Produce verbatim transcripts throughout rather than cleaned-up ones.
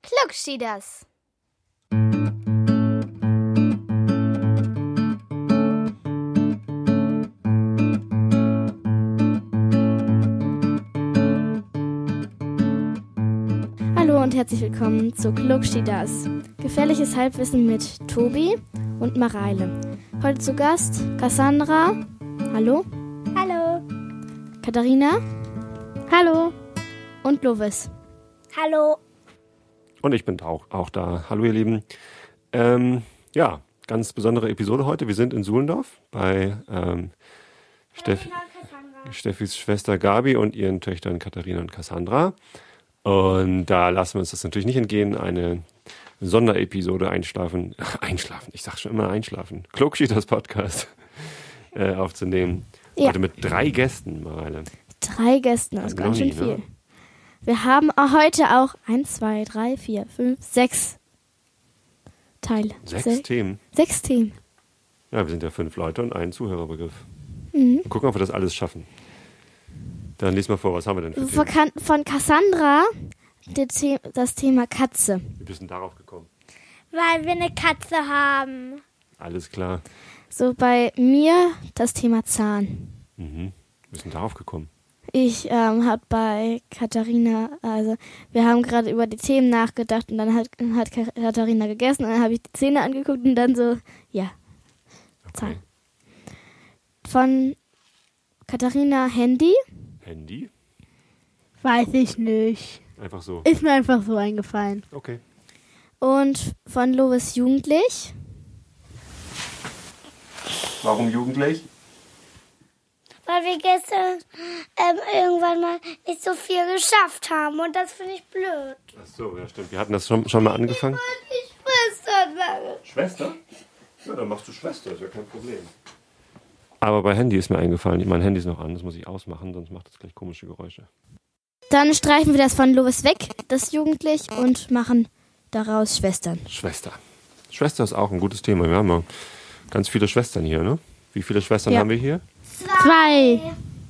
Klugschieders. Hallo und herzlich willkommen zu Klugschieders. Gefährliches Halbwissen mit Tobi und Mareile. Heute zu Gast Cassandra. Hallo. Hallo. Katharina. Hallo. Und Lovis. Hallo. Und ich bin auch, auch da. Hallo ihr Lieben. Ähm, ja, ganz besondere Episode heute. Wir sind in Suhlendorf bei ähm, Steff- Steffis Schwester Gabi und ihren Töchtern Katharina und Cassandra. Und da lassen wir uns das natürlich nicht entgehen, eine Sonderepisode einschlafen, einschlafen, ich sag schon immer einschlafen, Klugschieders Podcast äh, aufzunehmen. Ja. Heute mit drei Gästen, Mareile. Drei Gästen, das ist Noch ganz schön nie, viel. ne? Wir haben heute auch eins, zwei, drei, vier, fünf, sechs Teile. Sechs Se- Themen. Sechs Themen. Ja, wir sind ja fünf Leute und ein Zuhörerbegriff. Mhm. Mal gucken, ob wir das alles schaffen. Dann lies mal vor, was haben wir denn für Von, Themen? Kan- von Cassandra der The- das Thema Katze. Wie bist du denn darauf gekommen? Weil wir eine Katze haben. Alles klar. So bei mir das Thema Zahn. Mhm. Wie bist du denn darauf gekommen? Ich ähm, habe bei Katharina, also wir haben gerade über die Themen nachgedacht und dann hat, hat Katharina gegessen und dann habe ich die Zähne angeguckt und dann so, ja, Zahn. Okay. Von Katharina Handy. Handy? Weiß ich nicht. Einfach so. Ist mir einfach so eingefallen. Okay. Und von Lovis Jugendlich. Warum jugendlich? Weil wir gestern ähm, irgendwann mal nicht so viel geschafft haben. Und das finde ich blöd. Ach so, ja stimmt. Wir hatten das schon, schon mal angefangen. Und die Schwester sagen. Schwester? Ja, dann machst du Schwester, ist ja kein Problem. Aber bei Handy ist mir eingefallen, mein Handy ist noch an, das muss ich ausmachen, sonst macht das gleich komische Geräusche. Dann streichen wir das von Lovis weg, das Jugendlich, und machen daraus Schwestern. Schwester. Schwester ist auch ein gutes Thema. Wir haben ja ganz viele Schwestern hier, ne? Wie viele Schwestern Ja. haben wir hier? Zwei.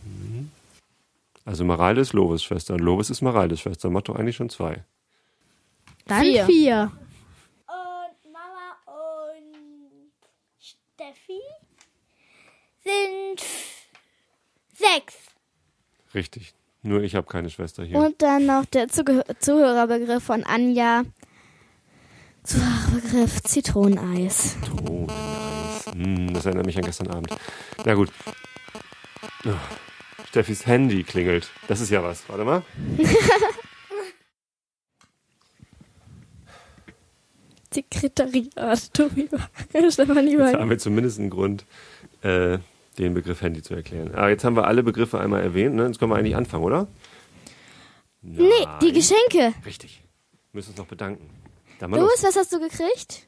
Also Mareile ist Lovis Schwester und Lovis ist Mareiles Schwester. Macht doch eigentlich schon zwei. Dann Vier. vier. Und Mama und Steffi sind sechs. Richtig. Nur ich habe keine Schwester hier. Und dann noch der Zuge- Zuhörerbegriff von Anja. Zuhörerbegriff Zitroneneis. Zitroneneis. Mm, das erinnert mich an gestern Abend. Na gut. Oh, Steffis Handy klingelt. Das ist ja was. Warte mal. Sekretariat, Tobi. Stefanie Jetzt Wein. haben wir zumindest einen Grund, äh, den Begriff Handy zu erklären. Aber jetzt haben wir alle Begriffe einmal erwähnt. Ne? Jetzt können wir eigentlich anfangen, oder? Nee, die Geschenke. Richtig. Wir müssen uns noch bedanken. Da mal Louis, los. was hast du gekriegt?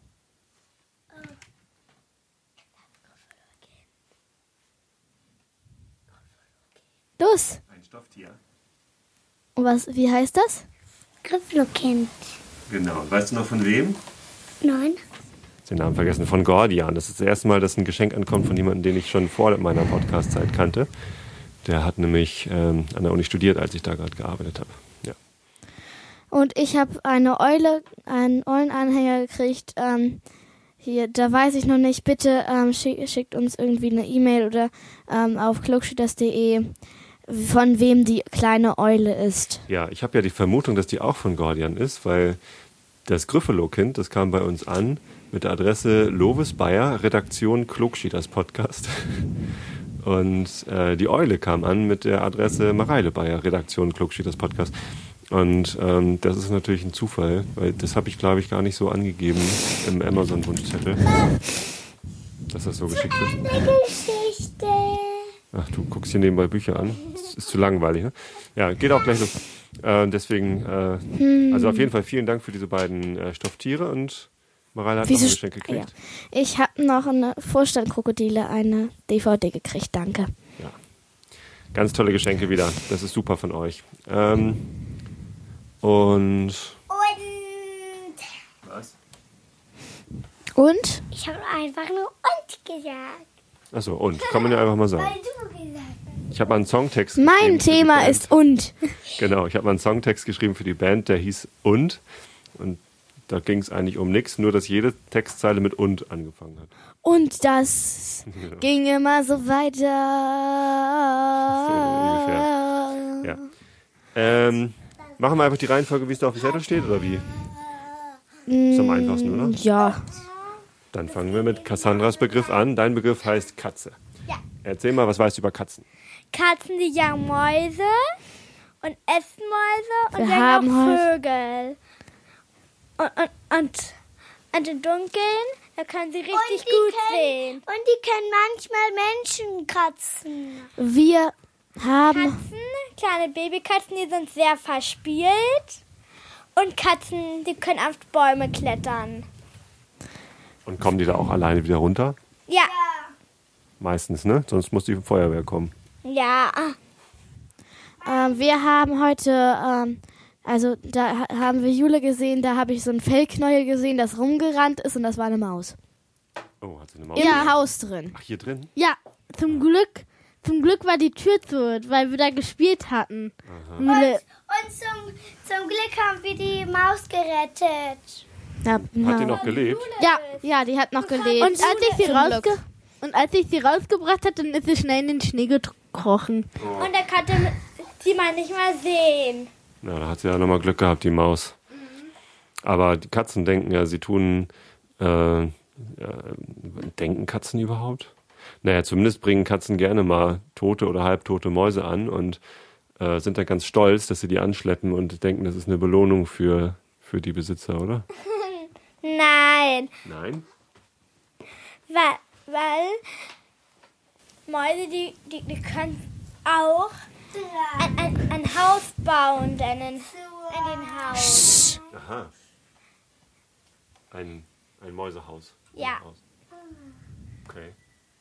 Los. Ein Stofftier. Und was, wie heißt das? Grifflokind. Genau. Weißt du noch von wem? Nein. Den Namen vergessen. Von Gordian. Das ist das erste Mal, dass ein Geschenk ankommt von jemandem, den ich schon vor meiner Podcast-Zeit kannte. Der hat nämlich ähm, an der Uni studiert, als ich da gerade gearbeitet habe. Ja. Und ich habe eine Eule, einen Eulenanhänger gekriegt. Ähm, hier, da weiß ich noch nicht. Bitte ähm, schick, schickt uns irgendwie eine E-Mail oder ähm, auf klugschieders punkt de, von wem die kleine Eule ist. Ja, ich habe ja die Vermutung, dass die auch von Gordian ist, weil das Gryffalo-Kind, das kam bei uns an mit der Adresse Lovis Bayer, Redaktion Klugschieders Podcast. Und äh, die Eule kam an mit der Adresse Mareile Bayer, Redaktion Klugschieders Podcast. Und ähm, das ist natürlich ein Zufall, weil das habe ich, glaube ich, gar nicht so angegeben im Amazon-Wunschzettel, dass das so geschickt wird. Geschichte. Ach, du guckst hier nebenbei Bücher an. Das ist zu langweilig, ne? Ja, geht auch gleich los. Äh, deswegen, äh, Hm. also auf jeden Fall vielen Dank für diese beiden äh, Stofftiere und Mareile hat noch ein Wieso- Geschenk gekriegt. Ja. Ich habe noch eine Vorstandkrokodile, eine D V D gekriegt. Danke. Ja. Ganz tolle Geschenke wieder. Das ist super von euch. Ähm, und... Und Was? Und? ich habe einfach nur und gesagt. Achso, und? Kann man ja einfach mal sagen. Weil du gesagt hast. Ich habe mal einen Songtext Mein geschrieben für die Thema Band. ist und. Genau, ich habe mal einen Songtext geschrieben für die Band, der hieß Und. Und da ging es eigentlich um nichts, nur dass jede Textzeile mit und angefangen hat. Und das Ja. ging immer so weiter. So ungefähr. Ja. Ähm, machen wir einfach die Reihenfolge, wie es da auf dem Zettel steht, oder wie? Ist am einfachsten, oder? Ja. Dann fangen wir mit Cassandras Begriff an. Dein Begriff heißt Katze. Ja. Erzähl mal, was weißt du über Katzen? Katzen, die jagen Mäuse und essen Mäuse und Wir jagen haben auch heute- Vögel. Und, und, und, und im Dunkeln, da können sie richtig Und die gut können- sehen. Und die können manchmal Menschen kratzen. Wir haben. Katzen, kleine Babykatzen, die sind sehr verspielt. Und Katzen, die können auf Bäume klettern. Und kommen die da auch alleine wieder runter? Ja. Meistens, ne? Sonst muss die Feuerwehr kommen. Ja. Ähm, wir haben heute, ähm, also da ha- haben wir Jule gesehen, da habe ich so ein Fellknäuel gesehen, das rumgerannt ist und das war eine Maus. Oh, hat sie eine Maus? Im Haus drin. Ach, hier drin? Ja, zum Glück, zum Glück war die Tür zu, weil wir da gespielt hatten. Jule, Und zum, zum Glück haben wir die Maus gerettet. Ja, Hat die ja. noch gelebt? ja, ja, die hat noch gelebt. und als ich sie Zum rausge Glück. und als ich sie rausgebracht hatte, dann ist sie schnell in den Schnee gekrochen. Und er konnte sie mal nicht mal sehen. Na, da hat sie ja nochmal Glück gehabt, die Maus. Aber die Katzen denken ja, sie tun... Äh, ja, denken Katzen überhaupt? Naja, zumindest bringen Katzen gerne mal tote oder halbtote Mäuse an und äh, sind dann ganz stolz, dass sie die anschleppen und denken, das ist eine Belohnung für, für die Besitzer, oder? Nein, Nein? weil, weil Mäuse, die, die, die können auch ein, ein, ein Haus bauen, denn in, in den Haus. Aha. Ein, ein Mäusehaus. Ja. Haus. Okay.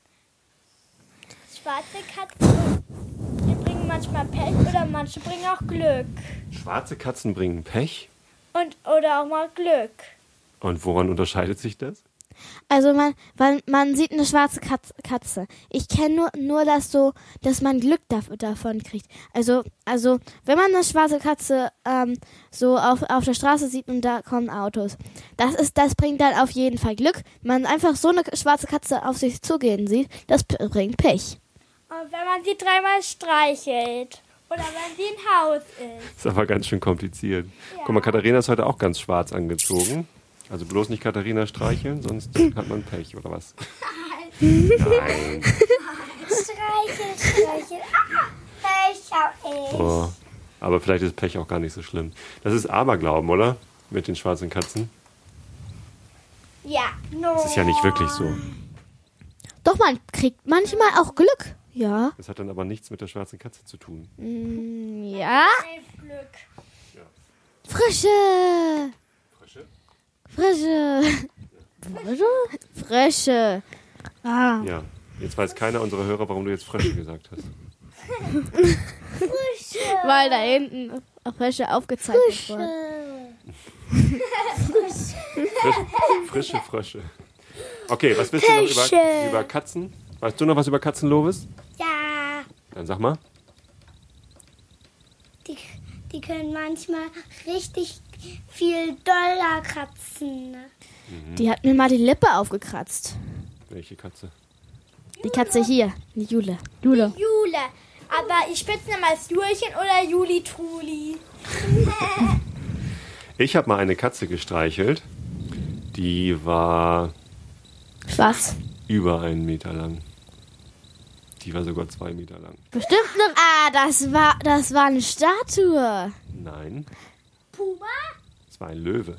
Schwarze Katzen, die bringen manchmal Pech oder manche bringen auch Glück. Schwarze Katzen bringen Pech. Und, oder auch mal Glück. Und woran unterscheidet sich das? Also man, man, man sieht eine schwarze Katz, Katze. Ich kenne nur, nur das so, dass man Glück da, davon kriegt. Also, also wenn man eine schwarze Katze ähm, so auf, auf der Straße sieht und da kommen Autos, das ist, das bringt dann auf jeden Fall Glück. Man einfach so eine schwarze Katze auf sich zugehen sieht, das p- bringt Pech. Und wenn man sie dreimal streichelt. Oder wenn sie ein Haus ist. Das ist aber ganz schön kompliziert. Guck mal, Katharina ist heute auch ganz schwarz angezogen. Also bloß nicht Katharina streicheln, sonst hat man Pech, oder was? Nein. Streichel, streichel. Ah, Pech hab ich. Oh. Aber vielleicht ist Pech auch gar nicht so schlimm. Das ist Aberglauben, oder? Mit den schwarzen Katzen. Ja. Das ist ja nicht wirklich so. Doch, man kriegt manchmal auch Glück. Ja. Das hat dann aber nichts mit der schwarzen Katze zu tun. Ja. Glück. Frische. Frische? Frische. Frische? Frische. Ah, Ja. Jetzt weiß keiner unserer Hörer, warum du jetzt Frösche gesagt hast. Weil da hinten Frische aufgezeichnet wurde. Frisch, frische Frösche. Okay, was willst du noch über, über Katzen? Weißt du noch was über Katzen, Lovis? Ja, Dann sag mal. die, die können manchmal richtig viel Dollar kratzen. Die hat mir mal die Lippe aufgekratzt. Welche Katze? Die Katze hier, die Jule. Jule. Jule. Aber ich Spitzname ist Julchen oder Juli Truli. Ich habe mal eine Katze gestreichelt. Die war Was? über einen Meter lang. Die war sogar zwei Meter lang. Bestimmt noch. Ah, das war, das war eine Statue. Nein, Puma? es war ein Löwe.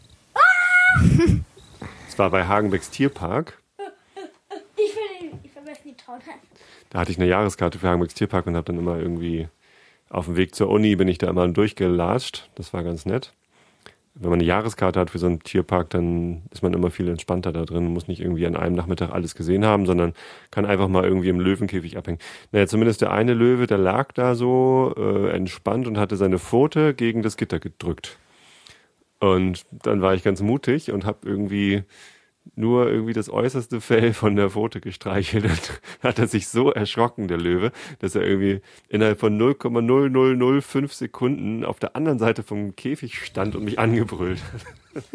Es war bei Hagenbecks Tierpark. Ich will ihn, ich will mir das nie trauen. Da hatte ich eine Jahreskarte für Hagenbecks Tierpark und habe dann immer irgendwie auf dem Weg zur Uni bin ich da immer durchgelatscht. Das war ganz nett. Wenn man eine Jahreskarte hat für so einen Tierpark, dann ist man immer viel entspannter da drin, muss nicht irgendwie an einem Nachmittag alles gesehen haben, sondern kann einfach mal irgendwie im Löwenkäfig abhängen. Naja, zumindest der eine Löwe, der lag da so äh, entspannt und hatte seine Pfote gegen das Gitter gedrückt. Und dann war ich ganz mutig und habe irgendwie nur irgendwie das äußerste Fell von der Pfote gestreichelt und hat er sich so erschrocken, der Löwe, dass er irgendwie innerhalb von null Komma null null null fünf Sekunden auf der anderen Seite vom Käfig stand und mich angebrüllt hat.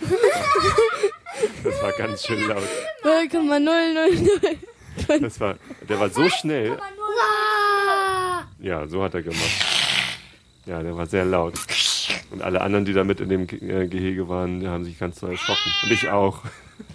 Das war ganz schön laut. null Komma null null null. Das war, der war so schnell. Ja, so hat er gemacht. Ja, der war sehr laut. Und alle anderen, die da mit in dem Ge- äh, Gehege waren, die haben sich ganz doll erschrocken. Und ich auch.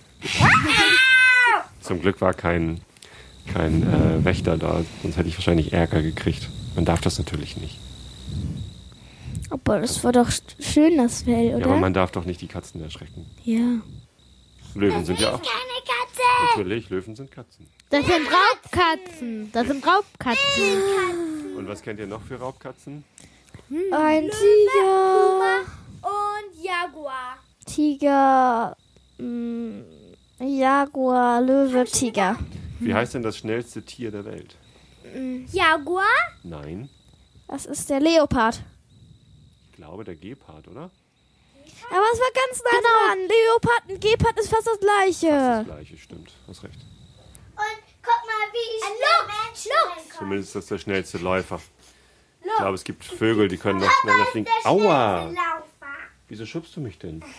Zum Glück war kein, kein äh, Wächter da, sonst hätte ich wahrscheinlich Ärger gekriegt. Man darf das natürlich nicht. Aber das war doch schön, das Fell, oder? Ja, aber man darf doch nicht die Katzen erschrecken. Ja. Löwen sind ja auch. Keine Katze. Natürlich, Löwen sind Katzen. Das sind Raubkatzen. Das sind Raubkatzen. Und was kennt ihr noch für Raubkatzen? Ein Tiger. Und Jaguar. Tiger. Mh, Jaguar, Löwe, Tiger. Wie heißt denn das schnellste Tier der Welt? Jaguar? Nein, Das ist der Leopard. ich glaube der Gepard, oder? Aber es war ganz nah dran. Leopard und Gepard ist fast das Gleiche. Das gleiche, stimmt. Hast recht. Und guck mal, wie schnell Menschen reinkommen. Zumindest ist das der schnellste Läufer. Ich glaube, es gibt Vögel, die können noch schneller fliegen. Der Aua! schnellste Laufer. Wieso schubst du mich denn?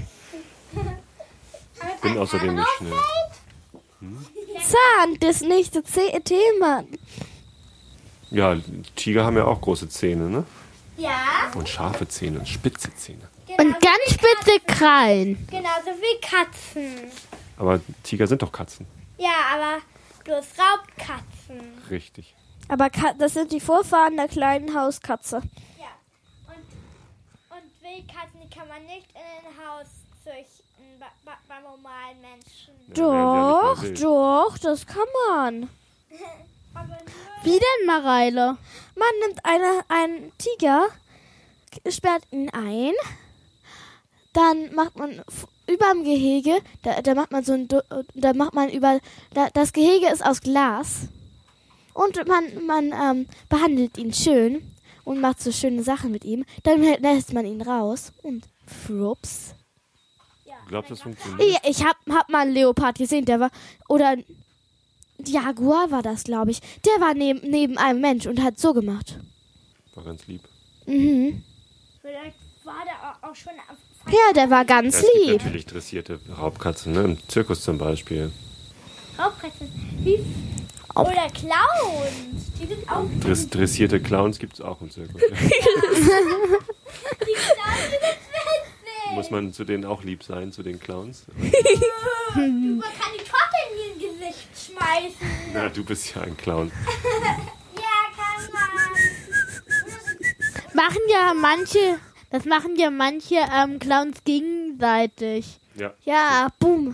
Ich bin außerdem nicht schnell. Zahn, das nächste C- Thema. Ja, Tiger haben ja auch große Zähne, ne? Ja. Und scharfe Zähne und spitze Zähne. Und ganz spitze Krallen. Genauso wie Katzen. Aber Tiger sind doch Katzen. Ja, aber bloß Raubkatzen. Richtig. Aber Ka- das sind die Vorfahren der kleinen Hauskatze. Ja. Und, und Wildkatzen, die kann man nicht in ein Haus züchten bei, bei, bei normalen Menschen. Ja, wären sie ja Doch, nicht mehr wild. doch, das kann man. Aber nur Wie denn, Mareile? Man nimmt eine, einen Tiger, sperrt ihn ein, dann macht man f- überm Gehege, da, da macht man so ein, Du- da macht man über, da, das Gehege ist aus Glas und man, man ähm, behandelt ihn schön und macht so schöne Sachen mit ihm. Dann lässt man ihn raus und flups. Glaubst du, das funktioniert? Ja, ich hab, hab mal einen Leopard gesehen, der war, oder ein Jaguar war das, glaube ich. Der war neben, neben einem Mensch und hat so gemacht. War ganz lieb. Mhm. vielleicht war der auch schon am Ja, der war ganz Ja, es gibt lieb. natürlich dressierte Raubkatzen, ne? Im Zirkus zum Beispiel. Raubkatzen. Wie? Oder Clowns. Die sind auch. Dress dressierte Clowns gibt es auch im Zirkus. Ja. Die Clowns die sind witzig. Muss man zu denen auch lieb sein, zu den Clowns? Man kann die Trottel in ihr Gesicht schmeißen. Na, du bist ja ein Clown. Ja, kann man. Machen ja manche, das machen ja manche ähm, Clowns gegenseitig. Ja. Ja, boom.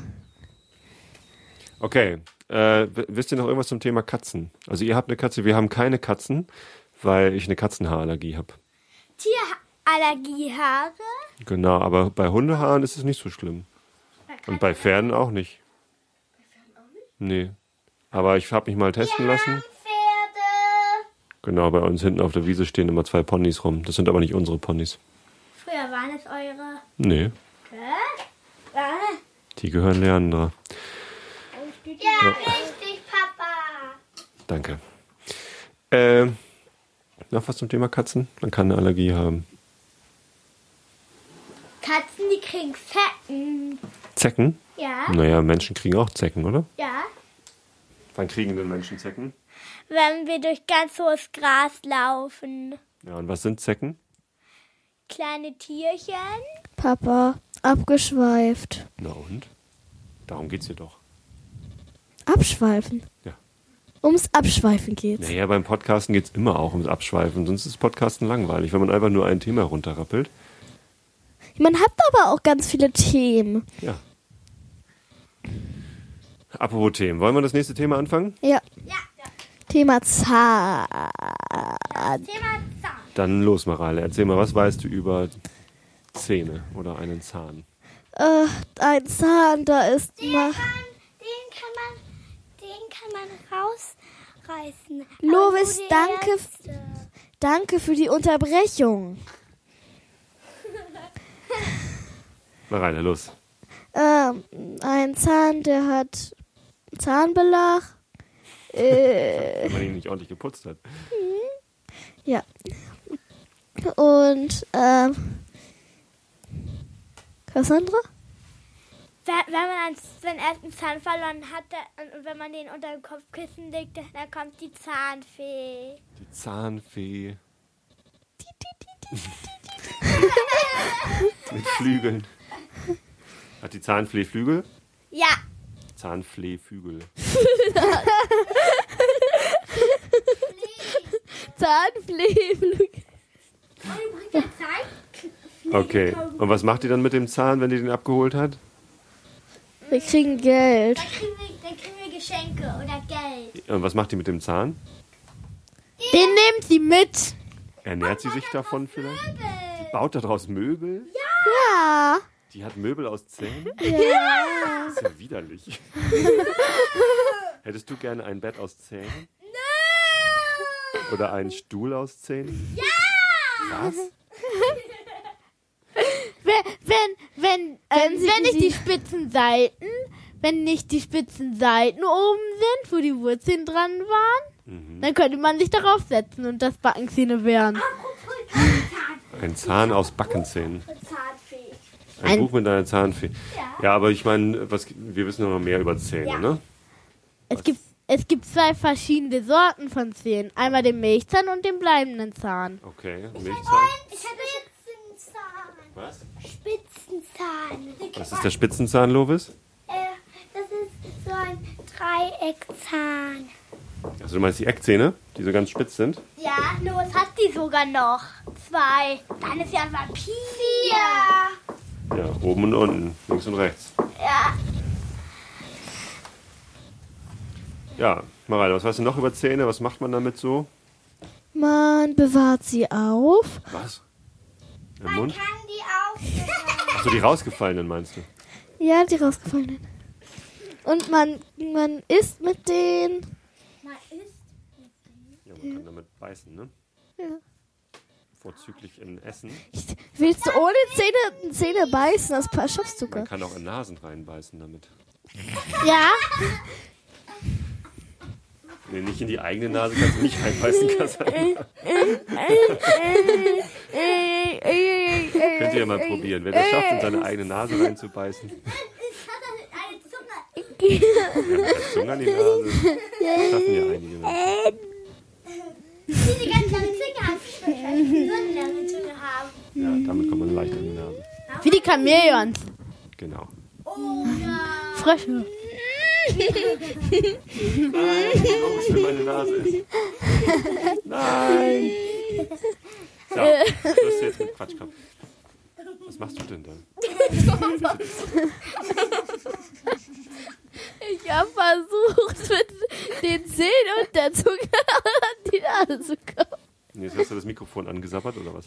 Okay. Äh, w- wisst ihr noch irgendwas zum Thema Katzen? Also ihr habt eine Katze, wir haben keine Katzen, weil ich eine Katzenhaarallergie habe. Tierallergiehaare. Genau, aber bei Hundehaaren ist es nicht so schlimm. Und bei Pferden auch nicht. Nee. Aber ich habe mich mal testen lassen. Pferde. Genau, bei uns hinten auf der Wiese stehen immer zwei Ponys rum. Das sind aber nicht unsere Ponys. Früher waren es eure. Nee, Hä? Ah, die gehören Leandra. Ja, richtig, Papa. Danke. Äh, noch was zum Thema Katzen? Man kann eine Allergie haben. Katzen, die kriegen Zecken. Zecken? Ja. Naja, Menschen kriegen auch Zecken, oder? Ja. Wann kriegen denn Menschen Zecken? Wenn wir durch ganz hohes Gras laufen. Ja, und was sind Zecken? Kleine Tierchen. Papa, abgeschweift. Na und? Darum geht's hier doch. Abschweifen. Ja. Ums Abschweifen geht's. Naja, beim Podcasten geht's immer auch ums Abschweifen. Sonst ist Podcasten langweilig, wenn man einfach nur ein Thema runterrappelt. Man hat aber auch ganz viele Themen. Ja. Apropos Themen. Wollen wir das nächste Thema anfangen? Ja. Ja. Thema Zahn. Thema Zahn. Dann los, Mareile. Erzähl mal, was weißt du über Zähne oder einen Zahn? Äh, ein Zahn, da ist mal. Den kann man, den kann man rausreißen. Lovis, Aber nur die danke, letzte. danke für die Unterbrechung. Mareile, los. Äh, ähm, ein Zahn, der hat Zahnbelag. Äh, Wenn man ihn nicht ordentlich geputzt hat. ja. Und, ähm, Cassandra? Wenn wenn man einen, seinen ersten Zahn verloren hat und wenn man den unter dem Kopfkissen legt, dann kommt die Zahnfee. Die Zahnfee. Mit Flügeln. Hat die Zahnfee Flügel? Ja. Zahnfleeflügel. Zahnfleeflügel. Okay. Und was macht die dann mit dem Zahn, wenn die den abgeholt hat? Wir kriegen Geld. Dann kriegen, wir, dann kriegen wir Geschenke oder Geld. Und was macht die mit dem Zahn? Den nimmt sie mit. Ernährt sie sich davon vielleicht? Die baut daraus Möbel? Ja. Die hat Möbel aus Zähnen? Ja. Das ist ja widerlich. Hättest du gerne ein Bett aus Zähnen? No! Oder einen Stuhl aus Zähnen? Ja! Was? Wenn, wenn, wenn, ähm, Wenn sie- wenn nicht die sie- spitzen Seiten, wenn nicht die spitzen Seiten oben sind, wo die Wurzeln dran waren, Mhm. dann könnte man sich darauf setzen und das Backenzähne wären. Ein Zahn aus Backenzähnen. Zahnfee. Ein, Ein- Buch mit einer Zahnfee. Ja, aber ich meine, was, wir wissen noch mehr über Zähne, Ja. ne? Es gibt, es gibt zwei verschiedene Sorten von Zähnen. Einmal den Milchzahn und den bleibenden Zahn. Okay, Milchzahn. Ich habe Spitzenzahn. Was? Spitzenzahn. Was ist der Spitzenzahn, Lovis? Äh, das ist so ein Dreieckzahn. Also du meinst die Eckzähne, die so ganz spitz sind? Ja, los hat die sogar noch. Zwei. Dann ist ja ein Vampir. Ja. Ja, oben und unten, links und rechts. Ja. Ja, Mareile, was weißt du noch über Zähne? Was macht man damit so? Man bewahrt sie auf. Was? Im Man Mund? kann die aufbewahren. Achso, die rausgefallenen meinst du? Ja, die rausgefallenen. Und man, man isst mit denen. Man isst. Ja, man kann damit beißen, ne? Ja. Vorzüglich in Essen. Willst du ohne Zähne, Zähne beißen? Das schaffst du Man gar. kann auch in Nasen reinbeißen damit. Ja? Nee, nicht in die eigene Nase kannst du nicht reinbeißen, Cassandra. Könnt ihr ja mal probieren. Wer das schafft, in seine eigene Nase reinzubeißen. Eine Zunge. Ja, mit der Zunge an die Nase. Das schaffen ja einige Menschen. Die die ganz lange Zunge haben. Die würden lange Zunge haben. Ja, damit kommt man leicht in die Nase. Wie die Chamäleons. Genau. Oder. Frösche. Nein, warum ist für meine Nase ist. Nein! So, Schluss jetzt mit Quatsch, komm. Was machst du denn da? Ich habe versucht, mit den Zähnen und der Zunge an die Nase zu kommen. Und jetzt hast du das Mikrofon angesabbert, oder was?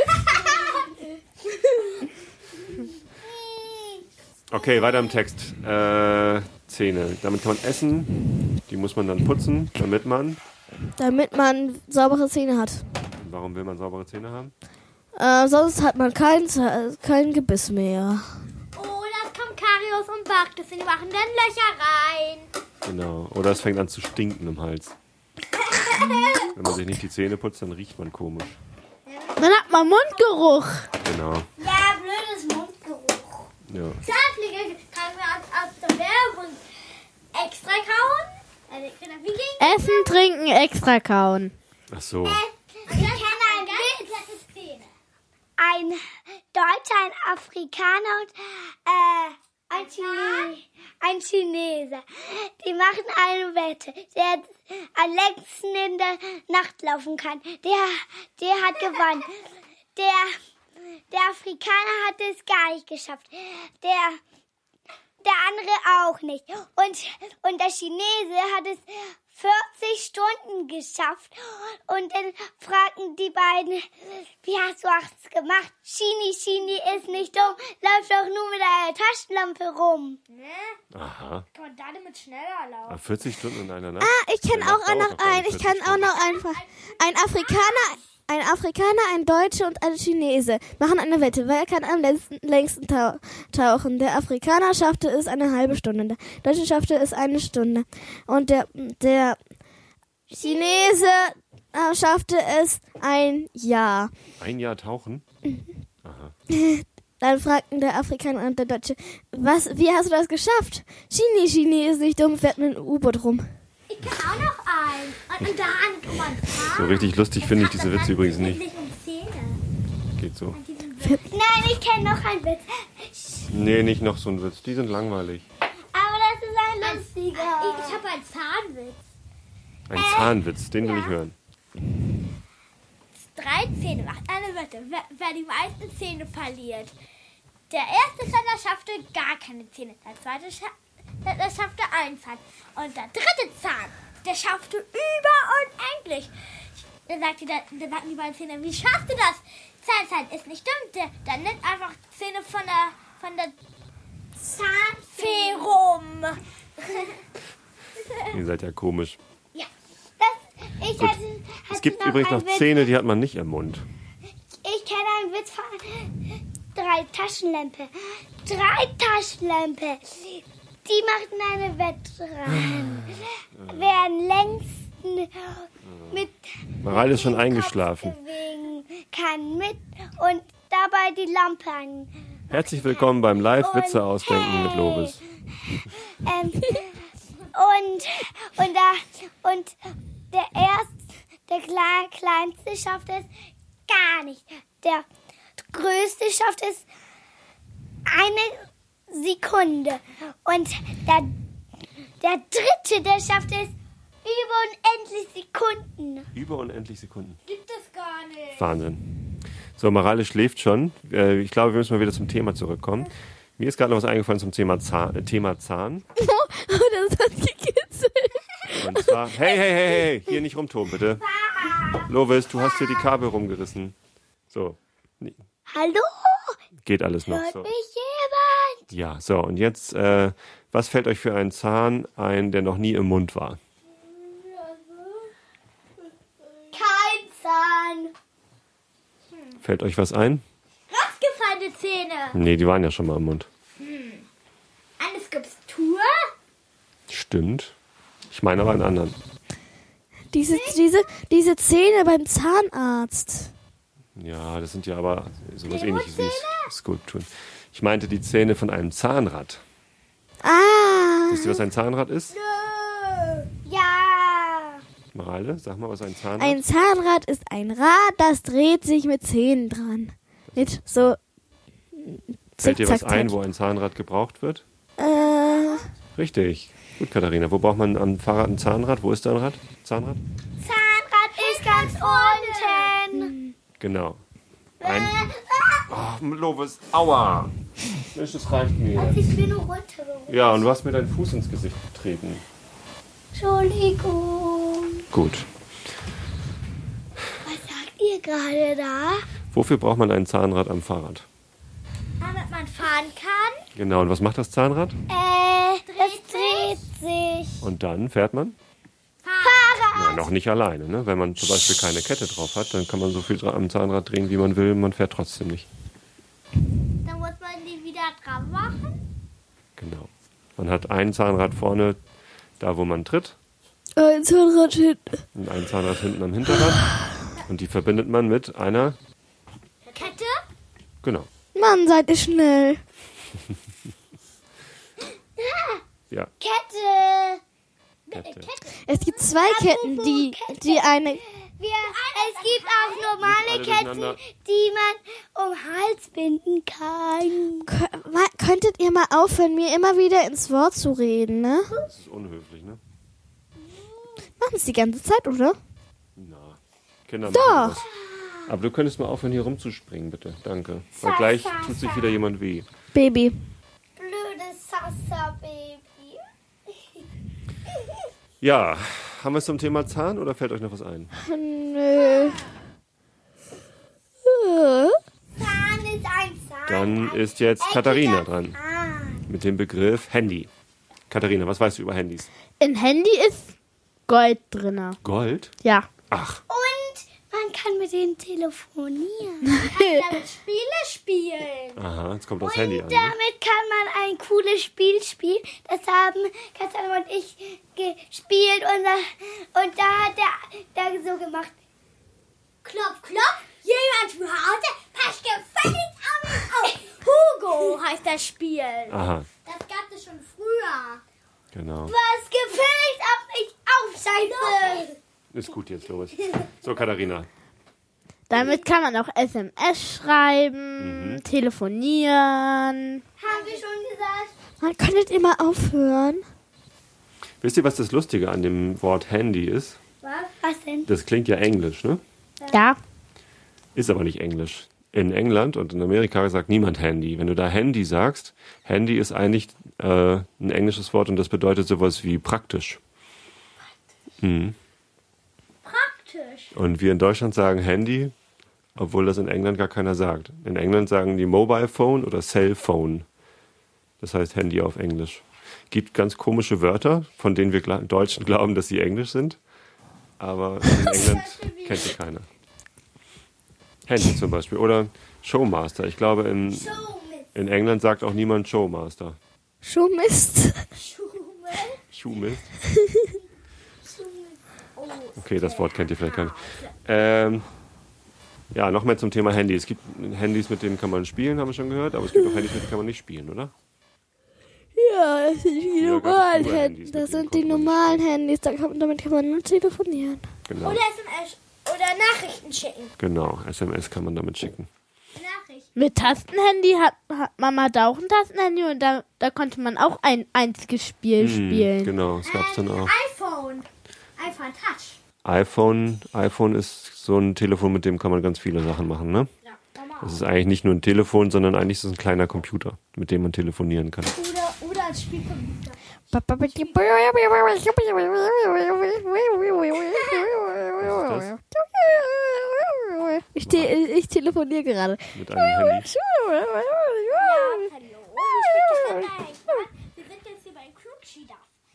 Okay, weiter im Text. Äh, Zähne. Damit kann man essen. Die muss man dann putzen, damit man... Damit man saubere Zähne hat. Warum will man saubere Zähne haben? Äh, sonst hat man kein, Z- kein Gebiss mehr. Oder es kommt Karius und Baktus und die machen dann Löcher rein. Genau. Oder es fängt an zu stinken im Hals. Wenn man sich nicht die Zähne putzt, dann riecht man komisch. Dann hat man Mundgeruch. Genau. Ja, blödes Mundgeruch. Ja. Zahnpflege kann man aus, aus der Werbung extra kauen. Also, wie ging Essen, trinken, extra kauen. Ach so. Ich kenne ein ganz Szene. Ein Deutscher, ein Afrikaner und äh, ein, Chine ein Chinese. Die machen eine Wette. Der am längsten in der Nacht laufen kann, der, der hat gewonnen. Der, der Afrikaner hat es gar nicht geschafft. Der, der andere auch nicht. Und, und der Chinese hat es vierzig Stunden geschafft. Und dann fragten die beiden, wie hast du es gemacht? Chini, Chini ist nicht dumm, läuft doch nur mit einer Taschenlampe rum. Ne? Aha. Kann man damit schneller laufen? Ah, vierzig Stunden in einer Nacht? Ah, ich kenne Der auch Nacht noch dauert doch einen. keine Ich kann vierzig auch noch einfach. Ein Afrikaner, ein Afrikaner, ein Deutsche und ein Chinese machen eine Wette. Wer kann am längsten, längsten tau tauchen? Der Afrikaner schaffte es eine halbe Stunde. Der Deutsche schaffte es eine Stunde. Und der, der Chinese äh, schaffte es ein Jahr. Ein Jahr tauchen? Aha. Dann fragten der Afrikaner und der Deutsche, was, wie hast du das geschafft? Chini, Chini ist nicht dumm, fährt mit einem U-Boot rum. Ich kann auch noch einen. Und, und daran kann man fahren. So richtig lustig finde ich diese Witze übrigens nicht. Nicht um Zähne. Geht so. Nein, ich kenne noch einen Witz. Nee, nicht noch so ein Witz. Die sind langweilig. Aber das ist ein lustiger. Ich, ich habe einen Zahnwitz. Ein Zahnwitz, den will ich hören. Drei Zähne macht eine Wette. Wer, wer die meisten Zähne verliert. Der erste Zahn, der schaffte gar keine Zähne. Der zweite scha der, der schaffte einen Zahn. Und der dritte Zahn, der schaffte überunendlich. Dann sagt die, dann sagten die beiden Zähne, wie schaffst du das? Zahn, Zahn ist nicht dumm. Der, der nimmt einfach Zähne von der, von der Zahnfee rum. Ihr seid ja komisch. Ja. Das, ich Gut. hatte, hatte Es gibt noch übrigens einen noch Witz. Zähne, die hat man nicht im Mund. Ich kenne einen Witz von drei Taschenlampe. Drei Taschenlampe. Die machten eine Wettrennen. Wer am längsten mit Mareile ist schon dem eingeschlafen. Kopf bewegen kann mit und dabei die Lampe an. Herzlich willkommen beim Live-Witze ausdenken mit Lovis. Ähm, und, und, da, und der erste, der Kle Kleinste schafft es gar nicht. Der Größte schafft es eine Sekunde. Und der, der Dritte, der schafft es über unendlich Sekunden. Über unendlich Sekunden. Gibt es gar nicht. Wahnsinn. So, Mareile schläft schon. Äh, Ich glaube, wir müssen mal wieder zum Thema zurückkommen. Mir ist gerade noch was eingefallen zum Thema Zahn. Äh, Thema Zahn. Oh, das hat gekitzelt. Und zwar, hey, hey, hey, hey, hier nicht rumtoben, bitte. Lovis, du hast hier die Kabel rumgerissen. So, nee, Hallo? geht alles noch Hört so. mich jemand? Ja, so, und jetzt, äh, was fällt euch für einen Zahn ein, der noch nie im Mund war? Kein Zahn. Fällt euch was ein? Rausgefallene Zähne. Nee, die waren ja schon mal im Mund. Eine Skulptur. Stimmt. Ich meine aber einen anderen. Diese, diese, diese Zähne beim Zahnarzt. Ja, das sind ja aber sowas ähnliches wie Skulpturen. Ich meinte die Zähne von einem Zahnrad. Ah, Wisst ihr, was ein Zahnrad ist? Ja. Mareile, sag mal, was ein Zahnrad ein Zahnrad ist ein Rad, das dreht sich mit Zähnen dran. Mit so Fällt dir was Zickzack-Zeit. ein, wo ein Zahnrad gebraucht wird? Äh, Richtig. Gut, Katharina. Wo braucht man am Fahrrad ein Zahnrad? Wo ist dein Rad? Zahnrad? Zahnrad ist ganz unten. Genau. Ein oh, Lovis, aua. Mensch, das reicht mir. Ich bin nur runtergerutscht. Ja, und du hast mir deinen Fuß ins Gesicht getreten. Entschuldigung. Gut. Was sagt ihr gerade da? Wofür braucht man ein Zahnrad am Fahrrad? Damit man fahren kann. Genau, und was macht das Zahnrad? Äh, es dreht sich. Und dann fährt man? Fahrrad. Ja, noch nicht alleine. Ne? Wenn man zum Beispiel keine Kette drauf hat, dann kann man so viel dra- am Zahnrad drehen, wie man will. Man fährt trotzdem nicht. Dann muss man die wieder dran machen. Genau. Man hat ein Zahnrad vorne, da wo man tritt, ein Zahnrad hinten. und ein Zahnrad hinten am Hinterrad. Und die verbindet man mit einer, Kette. genau, Mann, seid ihr schnell. ja, Kette. Kette. Es gibt zwei Ketten, die, die eine... Wir, es gibt auch normale alle Ketten, durcheinander. die man um den Hals binden kann. Kö- wa- Könntet ihr mal aufhören, mir immer wieder ins Wort zu reden, ne? Das ist unhöflich, ne? Machen es die ganze Zeit, oder? Na, Kinder Doch. machen das. Aber du könntest mal aufhören, hier rumzuspringen, bitte. Danke. Weil gleich tut sich wieder jemand weh. Baby. Blödes Sassa-Baby. Ja, haben wir es zum Thema Zahn oder fällt euch noch was ein? Nö. Zahn ist ein Zahn. Dann ist jetzt Katharina dran Zahn. mit dem Begriff Handy. Katharina, was weißt du über Handys? In Handy ist Gold drin. Gold? Ja. Ach, Und man kann mit denen telefonieren. Damit Spiele spielen. aha, jetzt kommt das Und Handy an. Ne? damit kann man ein cooles Spiel spielen. Das haben Katharina und ich gespielt. Und da, und da hat er da so gemacht. Klopf, klopf. Jemand zu Hause? Passt gefälligst auf mich auf. Hugo heißt das Spiel. Aha, Das gab es schon früher. genau. Was gefälligst auf mich auf, Scheiße. Ist gut jetzt, los. So, Katharina. Damit kann man auch S M S schreiben, Mhm. telefonieren. Haben wir schon gesagt. Man könntet immer aufhören. Wisst ihr, was das Lustige an dem Wort Handy ist? Was? Was denn? Das klingt ja englisch, ne? Ja. Ist aber nicht englisch. In England und in Amerika sagt niemand Handy. Wenn du da Handy sagst, Handy ist eigentlich äh, ein englisches Wort und das bedeutet sowas wie praktisch. Mhm. Praktisch. Und wir in Deutschland sagen Handy, obwohl das in England gar keiner sagt. In England sagen die Mobile Phone oder Cell Phone. Das heißt Handy auf Englisch. Gibt ganz komische Wörter, von denen wir gla- Deutschen glauben, dass sie Englisch sind. Aber in England kennt sie keiner. Handy zum Beispiel. Oder Showmaster. Ich glaube, in, in England sagt auch niemand Showmaster. Schuhmist. Schuhmist. Okay, das Wort kennt ihr vielleicht gar nicht. Ähm, ja, noch mehr zum Thema Handy. Es gibt Handys, mit denen kann man spielen, haben wir schon gehört. Aber es gibt auch Handys, mit denen kann man nicht spielen, oder? Ja, das sind die Ja, ganz normalen coole Handys, Handys. mit Das denen sind die konnte man nicht normalen Handys. Da kann, damit kann man nur telefonieren. Genau. Oder S M S. Oder Nachrichten schicken. Genau, S M S kann man damit schicken. Nachrichten. Mit Tastenhandy hat, hat Mama da auch ein Tastenhandy und da, da konnte man auch ein einziges Spiel spielen. Genau, das gab's dann auch. iPhone. iPhone Touch. iPhone, iPhone ist so ein Telefon, mit dem kann man ganz viele Sachen machen, ne? Ja, normal. Das ist eigentlich nicht nur ein Telefon, sondern eigentlich ist es ein kleiner Computer, mit dem man telefonieren kann. Oder, oder als Spielcomputer. Ich, te ich telefoniere gerade. Mit einem Handy. Hallo. Ich bin gespannt. Wir sind jetzt hier beim Klugschieder.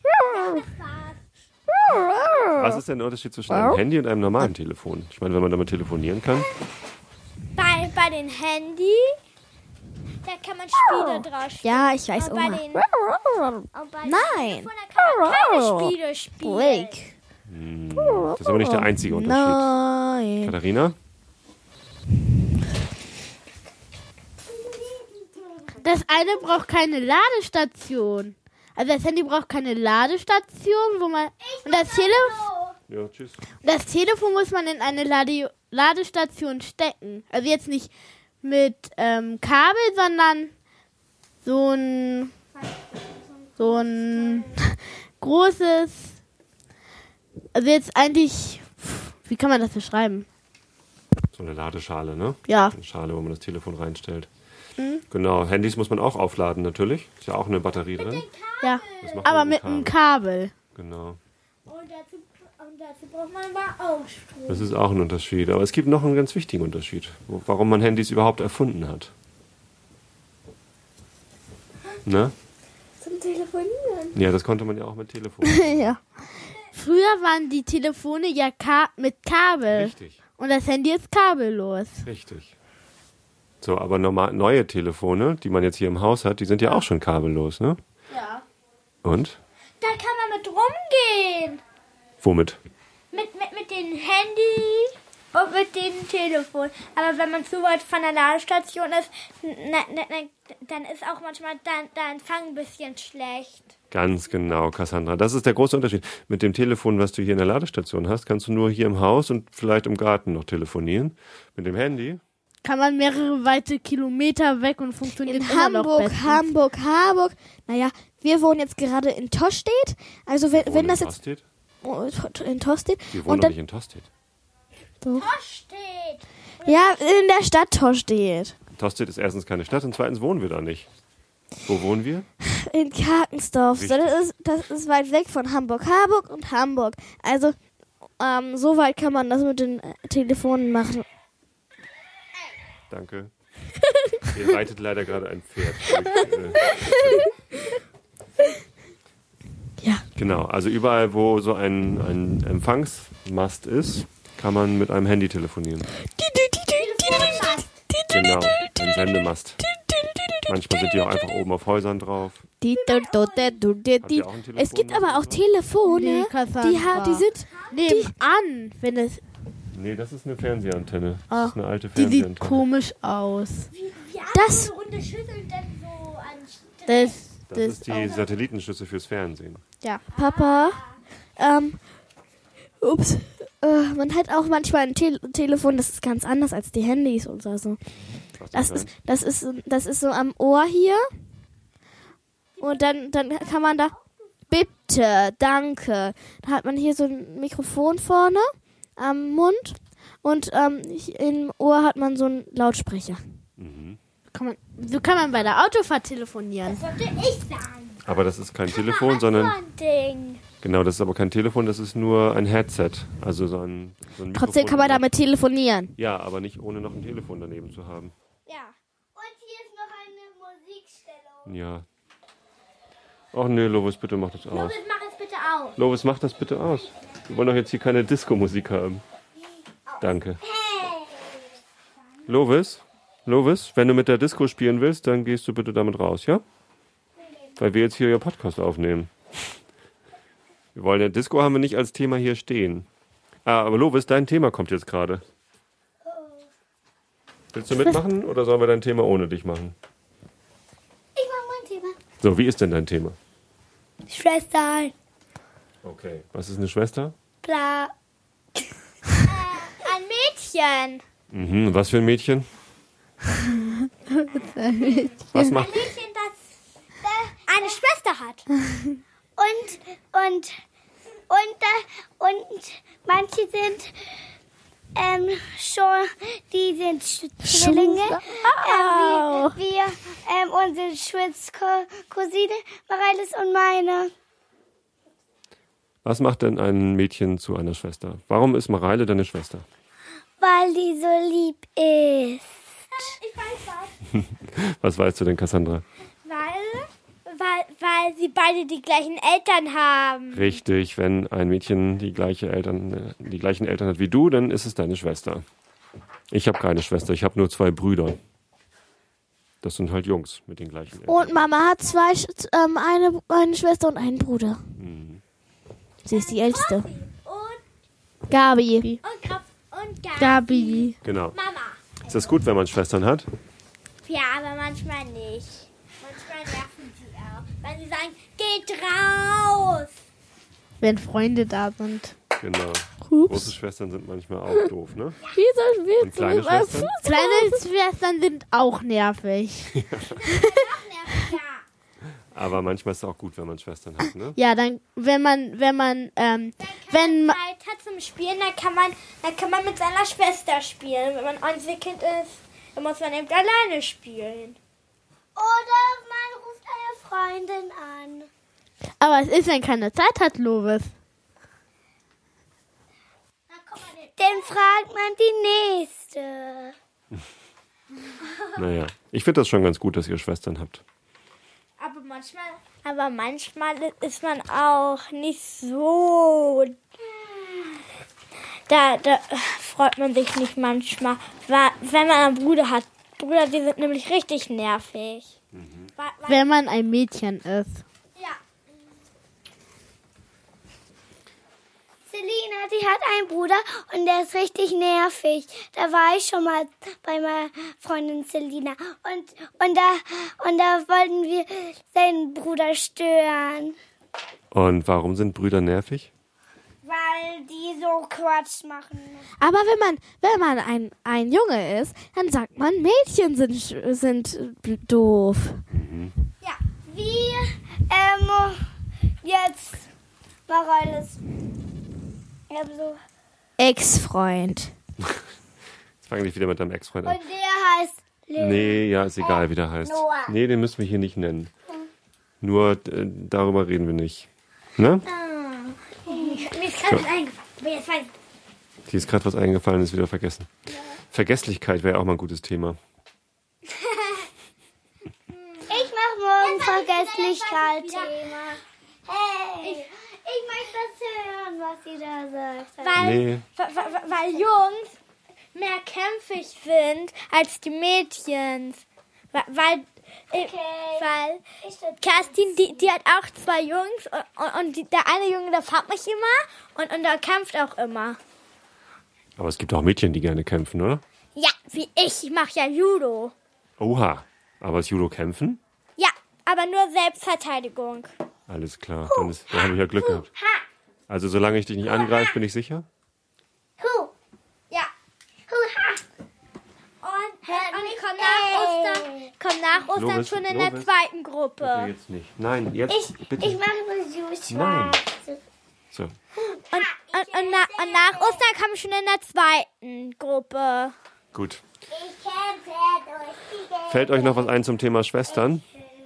Was ist denn der Unterschied zwischen einem Handy und einem normalen Telefon? Ich meine, wenn man damit telefonieren kann. Bei, bei den Handy, da kann man Spiele drauf spielen. Ja, ich weiß, Und bei Oma. den, und bei den Nein. Telefon, da kann man keine Spiele spielen. Blake. Hm, das ist aber nicht der einzige Unterschied. Nein. Katharina? Das eine braucht keine Ladestation. Also das Handy braucht keine Ladestation, wo man und das, Tele Ja, tschüss. das Telefon muss man in eine Lade Ladestation stecken. Also jetzt nicht mit ähm, Kabel, sondern so ein so ein großes. Also jetzt eigentlich, wie kann man das beschreiben? So eine Ladeschale, ne? Ja. Eine Schale, wo man das Telefon reinstellt. Mhm. Genau, Handys muss man auch aufladen natürlich. Ist ja auch eine Batterie drin. Ja, Das macht man aber mit mit einem einem Kabel. Genau. Und dazu, und dazu braucht man mal auch Strom. Das ist auch ein Unterschied. Aber es gibt noch einen ganz wichtigen Unterschied, wo, warum man Handys überhaupt erfunden hat. Ne? Zum Telefonieren. Ja, das konnte man ja auch mit Telefon. Ja. Früher waren die Telefone ja ka mit Kabel. Richtig, Und das Handy ist kabellos. richtig. So, aber normal, neue Telefone, die man jetzt hier im Haus hat, die sind ja auch schon kabellos, ne? Ja. Und? Da kann man mit rumgehen. Womit? Mit, mit, mit dem Handy und mit dem Telefon. Aber wenn man zu weit von der Ladestation ist, na, na, na, dann ist auch manchmal der, der Empfang ein bisschen schlecht. Ganz genau, Cassandra. Das ist der große Unterschied. Mit dem Telefon, was du hier in der Ladestation hast, kannst du nur hier im Haus und vielleicht im Garten noch telefonieren. Mit dem Handy. Kann man mehrere weite Kilometer weg und funktioniert In immer noch Hamburg, bestens. Hamburg, Harburg. Naja, wir wohnen jetzt gerade in Tostedt. Also wenn, wenn das jetzt Tostedt? oh, in Tostedt. Wir wohnen Und doch dann, nicht in Tostedt. Post steht. ja, in der Stadt Tostedt. Tostedt ist erstens keine Stadt und zweitens wohnen wir da nicht. Wo wohnen wir? In Karkensdorf. So, Richtig. das, ist, das ist weit weg von Hamburg. Harburg und Hamburg. Also, ähm, so weit kann man das mit den äh, Telefonen machen. Danke. Ihr reitet leider gerade ein Pferd. Durch, äh, Ja. Genau, also überall, wo so ein, ein Empfangsmast ist, kann man mit einem Handy telefonieren. Genau, ein Sendemast. Manchmal sind die auch einfach oben auf Häusern drauf. Die, du, du, du, du, du, Habt die. ihr auch ein Telefon? Es gibt aber auch Telefone, Nee, Cassandra. die, ha- die sind. Nebenan, wenn es. Nee, das ist eine Fernsehantenne. Das Ah, ist eine alte Die sieht Fernsehantenne. komisch aus. Wir haben Das- so eine runde Schüssel und dann so ein Strich. Das, Das das, ist die Satellitenschüssel fürs Fernsehen. ja. Papa, ähm, ups, äh, man hat auch manchmal ein Te- Telefon, das ist ganz anders als die Handys oder so. Was Das das ist, das ist, so- das ist so am Ohr hier. Und dann, dann kann man da, bitte, danke. Da hat man hier so ein Mikrofon vorne am Mund und ähm, ich- im Ohr hat man so einen Lautsprecher. Mhm. Kann man, so kann man bei der Autofahrt telefonieren. Sollte ich sagen. Aber das ist kein Telefon, sondern So ein Ding. genau, das ist aber kein Telefon, das ist nur ein Headset. Also so ein, so ein Trotzdem Mikrofon kann man noch- damit telefonieren. Ja, aber nicht ohne noch ein Telefon daneben zu haben. Ja. Und hier ist noch eine Musikstellung. Ja. Ach nee, Lovis, bitte mach das aus. Lovis, mach es bitte auf. Lovis, mach das bitte aus. Wir wollen doch jetzt hier keine Disco-Musik haben. Danke. Lovis, Lovis, wenn du mit der Disco spielen willst, dann gehst du bitte damit raus, ja? Weil wir jetzt hier ja Podcast aufnehmen. Wir wollen ja, Disco haben wir nicht als Thema hier stehen. Ah, aber Lovis, dein Thema kommt jetzt gerade. Willst du mitmachen oder sollen wir dein Thema ohne dich machen? Ich mach mein Thema. So, wie ist denn dein Thema? Schwestern. Okay. Was ist eine Schwester? Bla. Ein Mädchen. Mhm, was für ein Mädchen? Was macht... Ein Mädchen, das eine Schwester hat. Und, und, und, äh, und manche sind ähm, schon, die sind Sch- Zwillinge. Ähm, wie wir, ähm, unsere Schwitzcousine Mareilis und meine. Was macht denn ein Mädchen zu einer Schwester? Warum ist Mareile deine Schwester? Weil die so lieb ist. Ich weiß was. Was weißt du denn, Cassandra? Weil, weil, weil sie beide die gleichen Eltern haben. Richtig, wenn ein Mädchen die, gleiche Eltern, äh, die gleichen Eltern hat wie du, dann ist es deine Schwester. Ich habe keine Schwester, ich habe nur zwei Brüder. Das sind halt Jungs mit den gleichen Eltern. Und Mama hat zwei, Sch- ähm, eine, eine Schwester und einen Bruder. Sie ist die älteste. Und, Gabi. und, Graf, und Gabi. Gabi. Genau. Mama. Ist das gut, wenn man Schwestern hat? Ja, aber manchmal nicht. Manchmal nerven sie auch. Weil sie sagen, geht raus. Wenn Freunde da sind. Genau. Ups. Große Schwestern sind manchmal auch doof, ne? Wieso willst Und kleine du mit meinem Schwestern? Fuß Kleine Schwestern sind auch nervig. Auch nervig, ja. Aber manchmal ist es auch gut, wenn man Schwestern hat, ne? Ja, dann, wenn man, wenn man, ähm, wenn man, Zeit hat zum Spielen, dann kann man, dann kann man mit seiner Schwester spielen. Wenn man Einzelkind ist, dann muss man eben alleine spielen. Oder man ruft eine Freundin an. aber es ist, wenn keine Zeit hat, Lovis. Dann fragt man die nächste. Naja, ich finde das schon ganz gut, dass ihr Schwestern habt. Aber manchmal, aber manchmal ist man auch nicht so. Da, da freut man sich nicht manchmal, weil, wenn man einen Bruder hat. Brüder, die sind nämlich richtig nervig. Weil, weil, Wenn man ein Mädchen ist. ja. Selina, die hat einen Bruder und der ist richtig nervig. Da war ich schon mal bei meiner Freundin Selina. Und, und, da, und da wollten wir seinen Bruder stören. Und warum sind Brüder nervig? Weil die so Quatsch machen. Aber wenn man, wenn man ein, ein Junge ist, dann sagt man, Mädchen sind, sch- sind äh, doof. Ja, wie ähm, jetzt Mareiles. Ja, so. Ex-Freund. Jetzt fange ich wieder mit deinem Ex-Freund an. Und der heißt Nee, ja, ist egal, wie der heißt. Noah. Nee, den müssen wir hier nicht nennen. Nur äh, darüber reden wir nicht. Ne? Ah. Mir ist gerade was eingefallen. Aber jetzt weiß ich. Dir ist gerade was eingefallen, ist wieder vergessen. Vergesslichkeit wäre auch mal ein gutes Thema. Ich mach morgen Vergesslichkeit-Thema. Hey, ich, ich möchte das hören, was sie da sagt. Weil, Nee. weil, weil, weil Jungs mehr kämpfig sind als die Mädchen. Weil, weil, äh, weil Kerstin, die, die hat auch zwei Jungs und, und die, der eine Junge, der fragt mich immer und, und der kämpft auch immer. Aber es gibt auch Mädchen, die gerne kämpfen, oder? Ja, wie ich. Ich mache ja Judo. Oha. Aber ist Judo kämpfen? Ja, aber nur Selbstverteidigung. Alles klar, dann, ist, dann habe ich ja Glück gehabt. Also solange ich dich nicht angreife, bin ich sicher? Hu, Ja. hu, ha. Und, und ich komme nach Ostern, komm nach Ostern Lovis, schon in Lovis. der zweiten Bitte Gruppe. jetzt nicht. Nein, jetzt Ich, bitte. ich mache nur so Nein. schwarz. So. Und, und, und, na, und nach Ostern komme ich schon in der zweiten Gruppe. Gut. Ich kämpfe durch die Welt. Fällt euch noch was ein zum Thema Schwestern?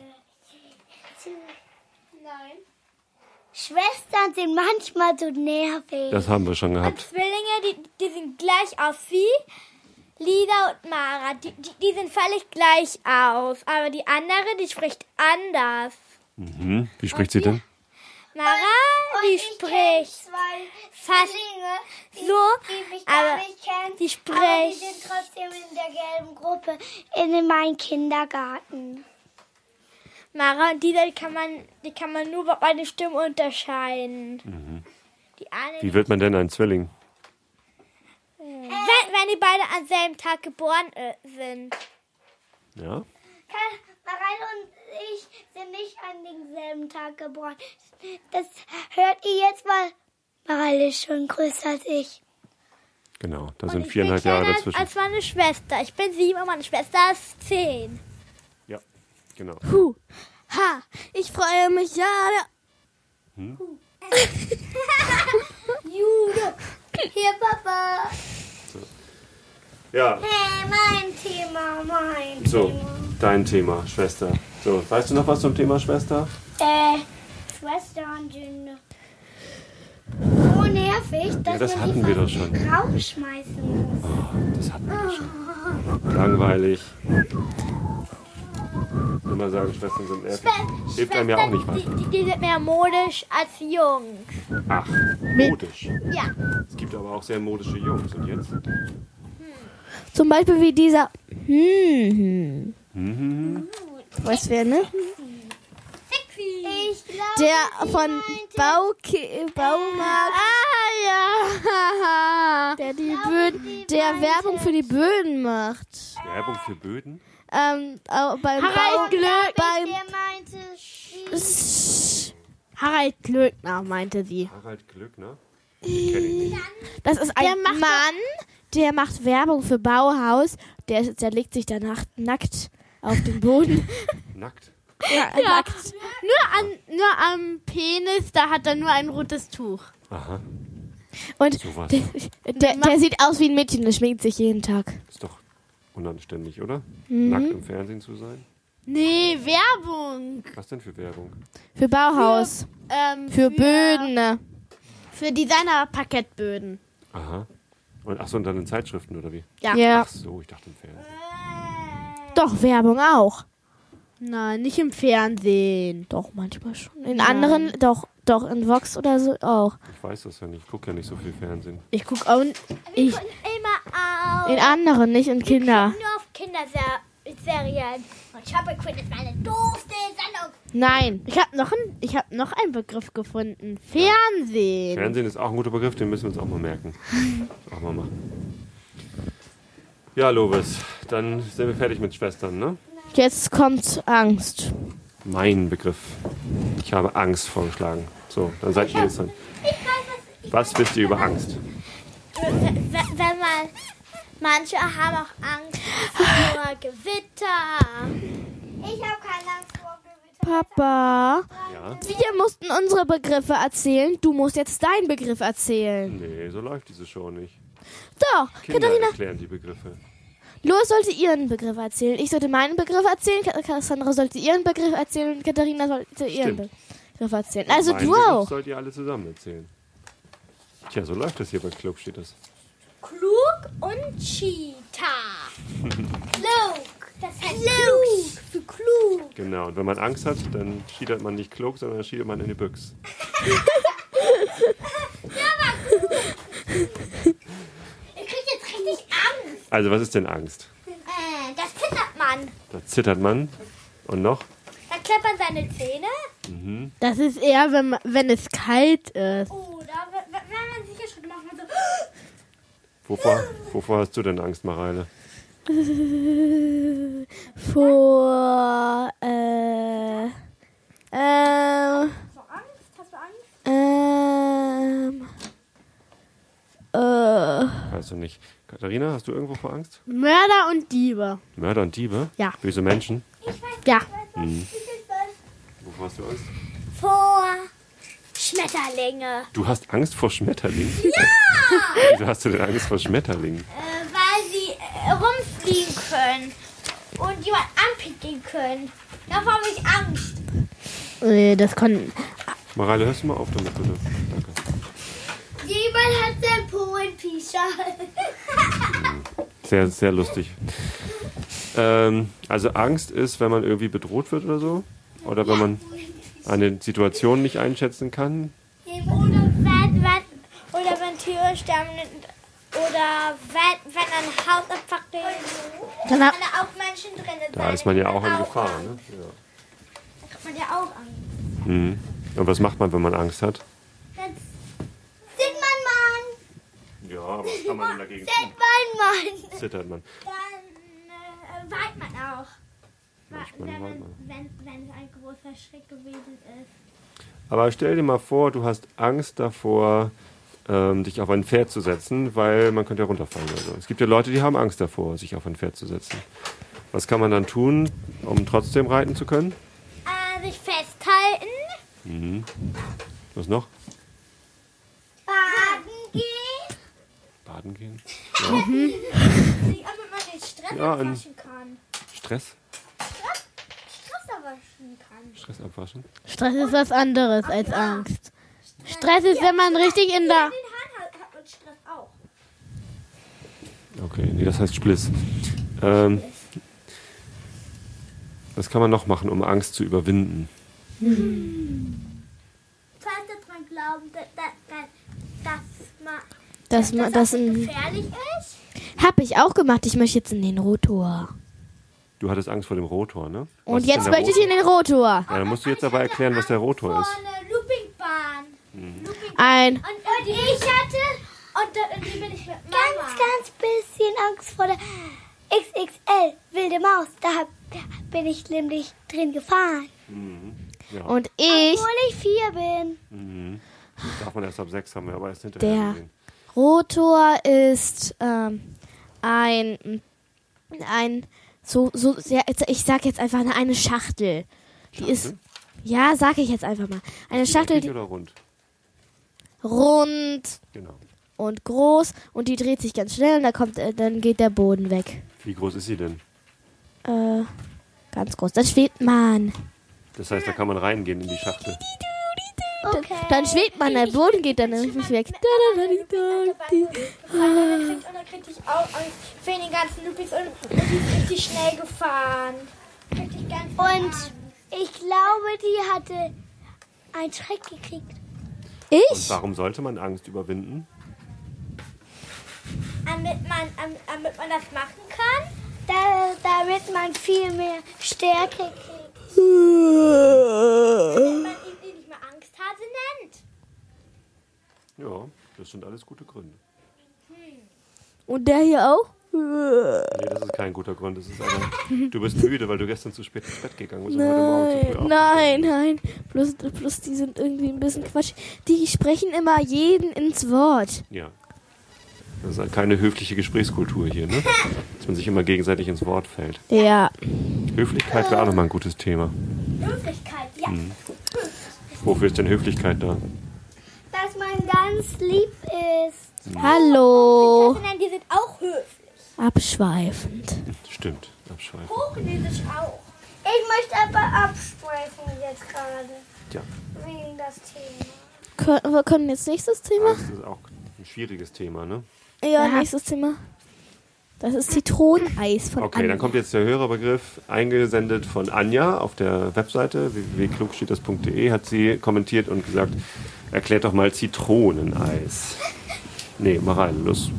Nein. Schwestern sind manchmal so nervig. Das haben wir schon Und gehabt. Zwillinge, die, die sind gleich aus wie Lida und Mara. Die, die, die sind völlig gleich aus. Aber die andere, die spricht anders. Mhm. Wie spricht sie denn? Mara, die spricht zwei fast Zwillinge, die, so, die mich gar aber nicht kennen, die aber die spricht. sind trotzdem in der gelben Gruppe in meinem Kindergarten. Mara und Lida, die kann man, die kann man nur bei den Stimmen unterscheiden. Die eine, Wie wird man denn ein Zwilling? wenn, wenn die beide am selben Tag geboren äh, sind. Ja? Mareile und ich sind nicht an demselben Tag geboren. Das hört ihr jetzt mal. Mareile ist schon größer als ich. Genau, da Und sind ich viereinhalb bin Jahre kleiner dazwischen. als meine Schwester. Ich bin sieben und meine Schwester ist zehn. Ja, genau. Puh. Ha, ich freue mich ja. Jude. Hier, Papa. Ja, Hey, mein Thema, mein so, Thema. dein Thema, Schwester. So, weißt du noch was zum Thema Schwester? Äh, Schwestern sind so nervig, dass das man hatten die wir doch fast schon. rausschmeißen muss. Das hatten wir schon. Langweilig. Immer sagen, Schwestern sind nervig. Hilft einem ja auch nicht die, weiter. die, die sind mehr modisch als Jungs. Ach, modisch. Ja. Es gibt aber auch sehr modische Jungs. Und jetzt? Zum Beispiel wie dieser. Hm, hm. Mhm. Weißt du wer, ne? Ich glaube, Der von Bauke Baumarkt. Ah ja. Der die Böden, der Werbung für die Böden macht. Werbung für Böden? Ähm, au- beim Harald Bau, Glöck. beim der meinte, Sch- Harald Glöckner, meinte sie. Harald Glöckner? Kenn ich nicht. Das ist ein Der macht Mann, der macht Werbung für Bauhaus. Der, der legt sich danach nackt auf den Boden. Nackt. Ja, Ja, nackt. nur, an, nur am Penis, da hat er nur ein rotes Tuch. Aha, Und sowas. der, der, der sieht aus wie ein Mädchen, der schminkt sich jeden Tag. Ist doch unanständig, oder? Mhm. Nackt im Fernsehen zu sein? Nee, Werbung. Was denn für Werbung? Für Bauhaus. Ähm, Für Böden. ne? Für Designer-Parkettböden. Aha. Und, ach so, und dann in Zeitschriften, oder wie? Ja. Ja. Ach so, ich dachte im Fernsehen. Doch, Werbung auch. Nein, nicht im Fernsehen. Doch, manchmal schon. In anderen, doch, doch, in Vox oder so auch. Ich weiß das ja nicht. Ich gucke ja nicht so viel Fernsehen. Ich guck auch. Ich, Immer auf. In anderen, nicht in Kinder. Nur auf Kinderserien. Und Shopping Queen ist meine doofste Sendung. Nein. ich habe noch, ein, ich hab noch einen Begriff gefunden. Fernsehen. Fernsehen ist auch ein guter Begriff, den müssen wir uns auch mal merken. Auch mal machen. Ja, Lovis, dann sind wir fertig mit Schwestern, ne? Jetzt kommt Angst. Mein Begriff. Ich habe Angst vorgeschlagen. So, dann seid ihr jetzt dran. Was wisst ihr über Angst? Wenn, wenn man, manche haben auch Angst vor Gewitter. ich habe keine Angst vor Gewitter. Papa, Ja? wir mussten unsere Begriffe erzählen. Du musst jetzt deinen Begriff erzählen. Nee, so läuft diese Show nicht. Doch, Kinder Katharina. erklären die Begriffe. Lois sollte ihren Begriff erzählen. Ich sollte meinen Begriff erzählen. Cassandra sollte ihren Begriff erzählen. Und Katharina sollte ihren Stimmt. Begriff erzählen. Also Meinen du Begriff auch. sollt ihr alle zusammen erzählen. Tja, so läuft das hier bei Klug steht das. Klug und Cheetah. Klug. Das heißt klug. Für klug. Genau, und wenn man Angst hat, dann schiedert man nicht klug, sondern dann schiedert man in die Büchse. Ich krieg jetzt richtig Angst. Also, was ist denn Angst? Äh, das zittert man. Da zittert man. Und noch? Da klappern seine Zähne. Das ist eher, wenn, man- wenn es kalt ist. Oder wenn wenn man sicher Schritte macht, man so. Wovor, wovor hast du denn Angst, Mareile? Vor, äh, ähm, Vor Angst? Hast du Angst? ähm, äh, Weißt du nicht. Katharina, hast du irgendwo vor Angst? Mörder und Diebe. Mörder und Diebe? Ja. Böse Menschen? Ja. Wovor hast du Angst? Vor Schmetterlinge. Du hast Angst vor Schmetterlingen? Ja! Wieso hast du denn Angst vor Schmetterlingen? Äh, weil sie äh, rumfliegen können. Und jemand anpicken können. Davor habe ich Angst. Nee, das kann. Mareile, hörst du mal auf damit, bitte? Danke. Jemand hat sein Po in Pisha. Sehr, sehr lustig. Ähm, also Angst ist, wenn man irgendwie bedroht wird oder so? Oder wenn man eine Situation nicht einschätzen kann? Oder wenn, wenn, oder wenn Tiere sterben. Oder wenn, wenn ein Haus abfackt ist. Dann Kann hab, da auch Menschen drin sein. Da ist man ja auch in Auch Gefahr, Angst. ne? Ja. Da kriegt man ja auch Angst. Mhm. Und was macht man, wenn man Angst hat? Dann sieht man Mann. Ja, aber was kann man denn dagegen Sieht man Mann. Zittert man. Dann äh, weint man auch. Manchmal wenn, weint man. wenn, wenn es ein großer Schreck gewesen ist. Aber stell dir mal vor, du hast Angst davor, ähm, dich auf ein Pferd zu setzen, weil man könnte ja runterfallen oder so. Es gibt ja Leute, die haben Angst davor, sich auf ein Pferd zu setzen. Was kann man dann tun, um trotzdem reiten zu können? Äh, sich festhalten. Mhm. Was noch? Baden gehen. Baden gehen? Damit man den Stress Ja, ein- abwaschen kann. Stress? Stress abwaschen kann. Stress abwaschen? Stress ist was anderes als Angst. Stress ist, wenn man richtig in der. In den Haaren hat, hat man Stress auch. Okay, nee, das heißt Spliss. Ähm, was kann man noch machen, um Angst zu überwinden? Fest daran glauben, dass, dass, dass, man, das, ma- das das ein, gefährlich ist. hab ich auch gemacht. Ich möchte jetzt in den Rotor. Du hattest Angst vor dem Rotor, ne? Was Und ist jetzt denn der möchte ich in den Rotor. Ja, dann musst du jetzt aber erklären, was der Rotor ist. Vor einer Loopingbahn. Loopingbahn. Ein, Und, und ich hatte, und, da- und die bin ich mit Mama. Ganz, ganz bisschen Angst vor der X X L wilde Maus. Da hab, bin ich nämlich drin gefahren. Ja, und ich, Obwohl ich vier bin. mhm. Das darf man erst ab sechs, haben wir aber erst hinterher der gesehen. Rotor ist ähm, ein, ein, so, so, ja, jetzt- ich sag jetzt einfach eine Schachtel. Die ist, Schachtel? ja, sag ich jetzt einfach mal. Eine Schachtel, Eckig die oder rund? rund Genau. und groß und die dreht sich ganz schnell und da kommt, äh, dann geht der Boden weg. Wie groß ist sie denn? Äh, ganz groß. Dann schwebt man. Das heißt, da kann man reingehen in die Schachtel. Okay. Dann schwebt man, der Boden geht dann nämlich nicht weg. Und dann kriegte ich auch Angst für den ganzen Loopings und, und die ist richtig schnell gefahren. Kriegte ich ganz viel Und Angst. ich glaube, die hatte einen Schreck gekriegt. Und Ich? warum sollte man Angst überwinden? Damit man, am- damit man das machen kann. Da, damit man viel mehr Stärke kriegt. Damit man ihn ihn nicht mehr Angsthase nennt. Ja, das sind alles gute Gründe. Und der hier auch? Nee, das ist kein guter Grund. Das ist aber, du bist müde, weil du gestern zu spät ins Bett gegangen bist. und heute Morgen zu früh Nein, aufgestanden nein, nein. Bloß, bloß die sind irgendwie ein bisschen Quatsch. Die sprechen immer jeden ins Wort. bist. Ja. Das ist halt keine höfliche Gesprächskultur hier, ne? Dass man sich immer gegenseitig ins Wort fällt. Ja. Höflichkeit wäre auch nochmal ein gutes Thema. Höflichkeit, ja. Wofür ist denn Höflichkeit da? Dass man ganz lieb ist. Hallo. Prinzessinnen, die sind auch höflich. Abschweifend. Stimmt, abschweifen. Hochnäsig auch. Ich möchte aber abschweifen jetzt gerade. Ja, Wegen das Thema. Können, wir können jetzt nächstes Thema? das ist auch ein schwieriges Thema, ne? Ja, nächstes Thema. Das ist Zitroneneis von Okay, Anja. dann kommt jetzt der Hörerbegriff, eingesendet von Anja auf der Webseite w w w punkt klugschießers punkt d e, hat sie kommentiert und gesagt, erklärt doch mal Zitroneneis. Nee, mach rein, los.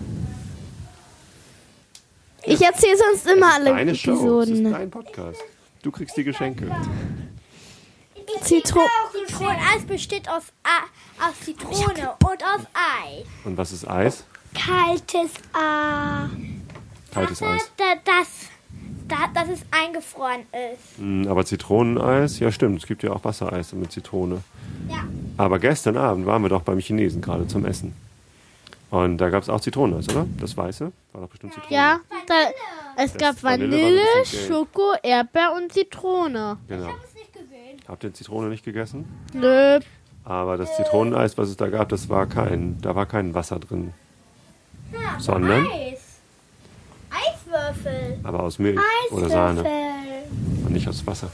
Ich erzähle sonst immer Es ist alle deine Show, es ist Episoden. dein Podcast. Du kriegst die Geschenke. Zitro Zitroneneis besteht aus, A aus Zitrone und aus Ei. Und was ist Eis? Kaltes A. Kaltes Eis. Da, das, da, dass es eingefroren ist. Mm, Aber Zitroneneis, ja stimmt, es gibt ja auch Wassereis mit Zitrone. Ja. Aber gestern Abend waren wir doch beim Chinesen gerade zum Essen. Und da gab es auch Zitroneneis, oder? Das Weiße war doch bestimmt Zitrone. Ja, da, es Das gab Vanille war ein Vanille, bisschen gelb. Schoko, Erdbeer und Zitrone. Genau. Hab's nicht gesehen. Habt ihr Zitrone nicht gegessen? Nö. Aber das Zitroneneis, was es da gab, das war kein, da war kein Wasser drin. Ja, Sondern? Eis. Eiswürfel. Aber aus Milch oder Sahne. Eiswürfel. Und nicht aus Wasser.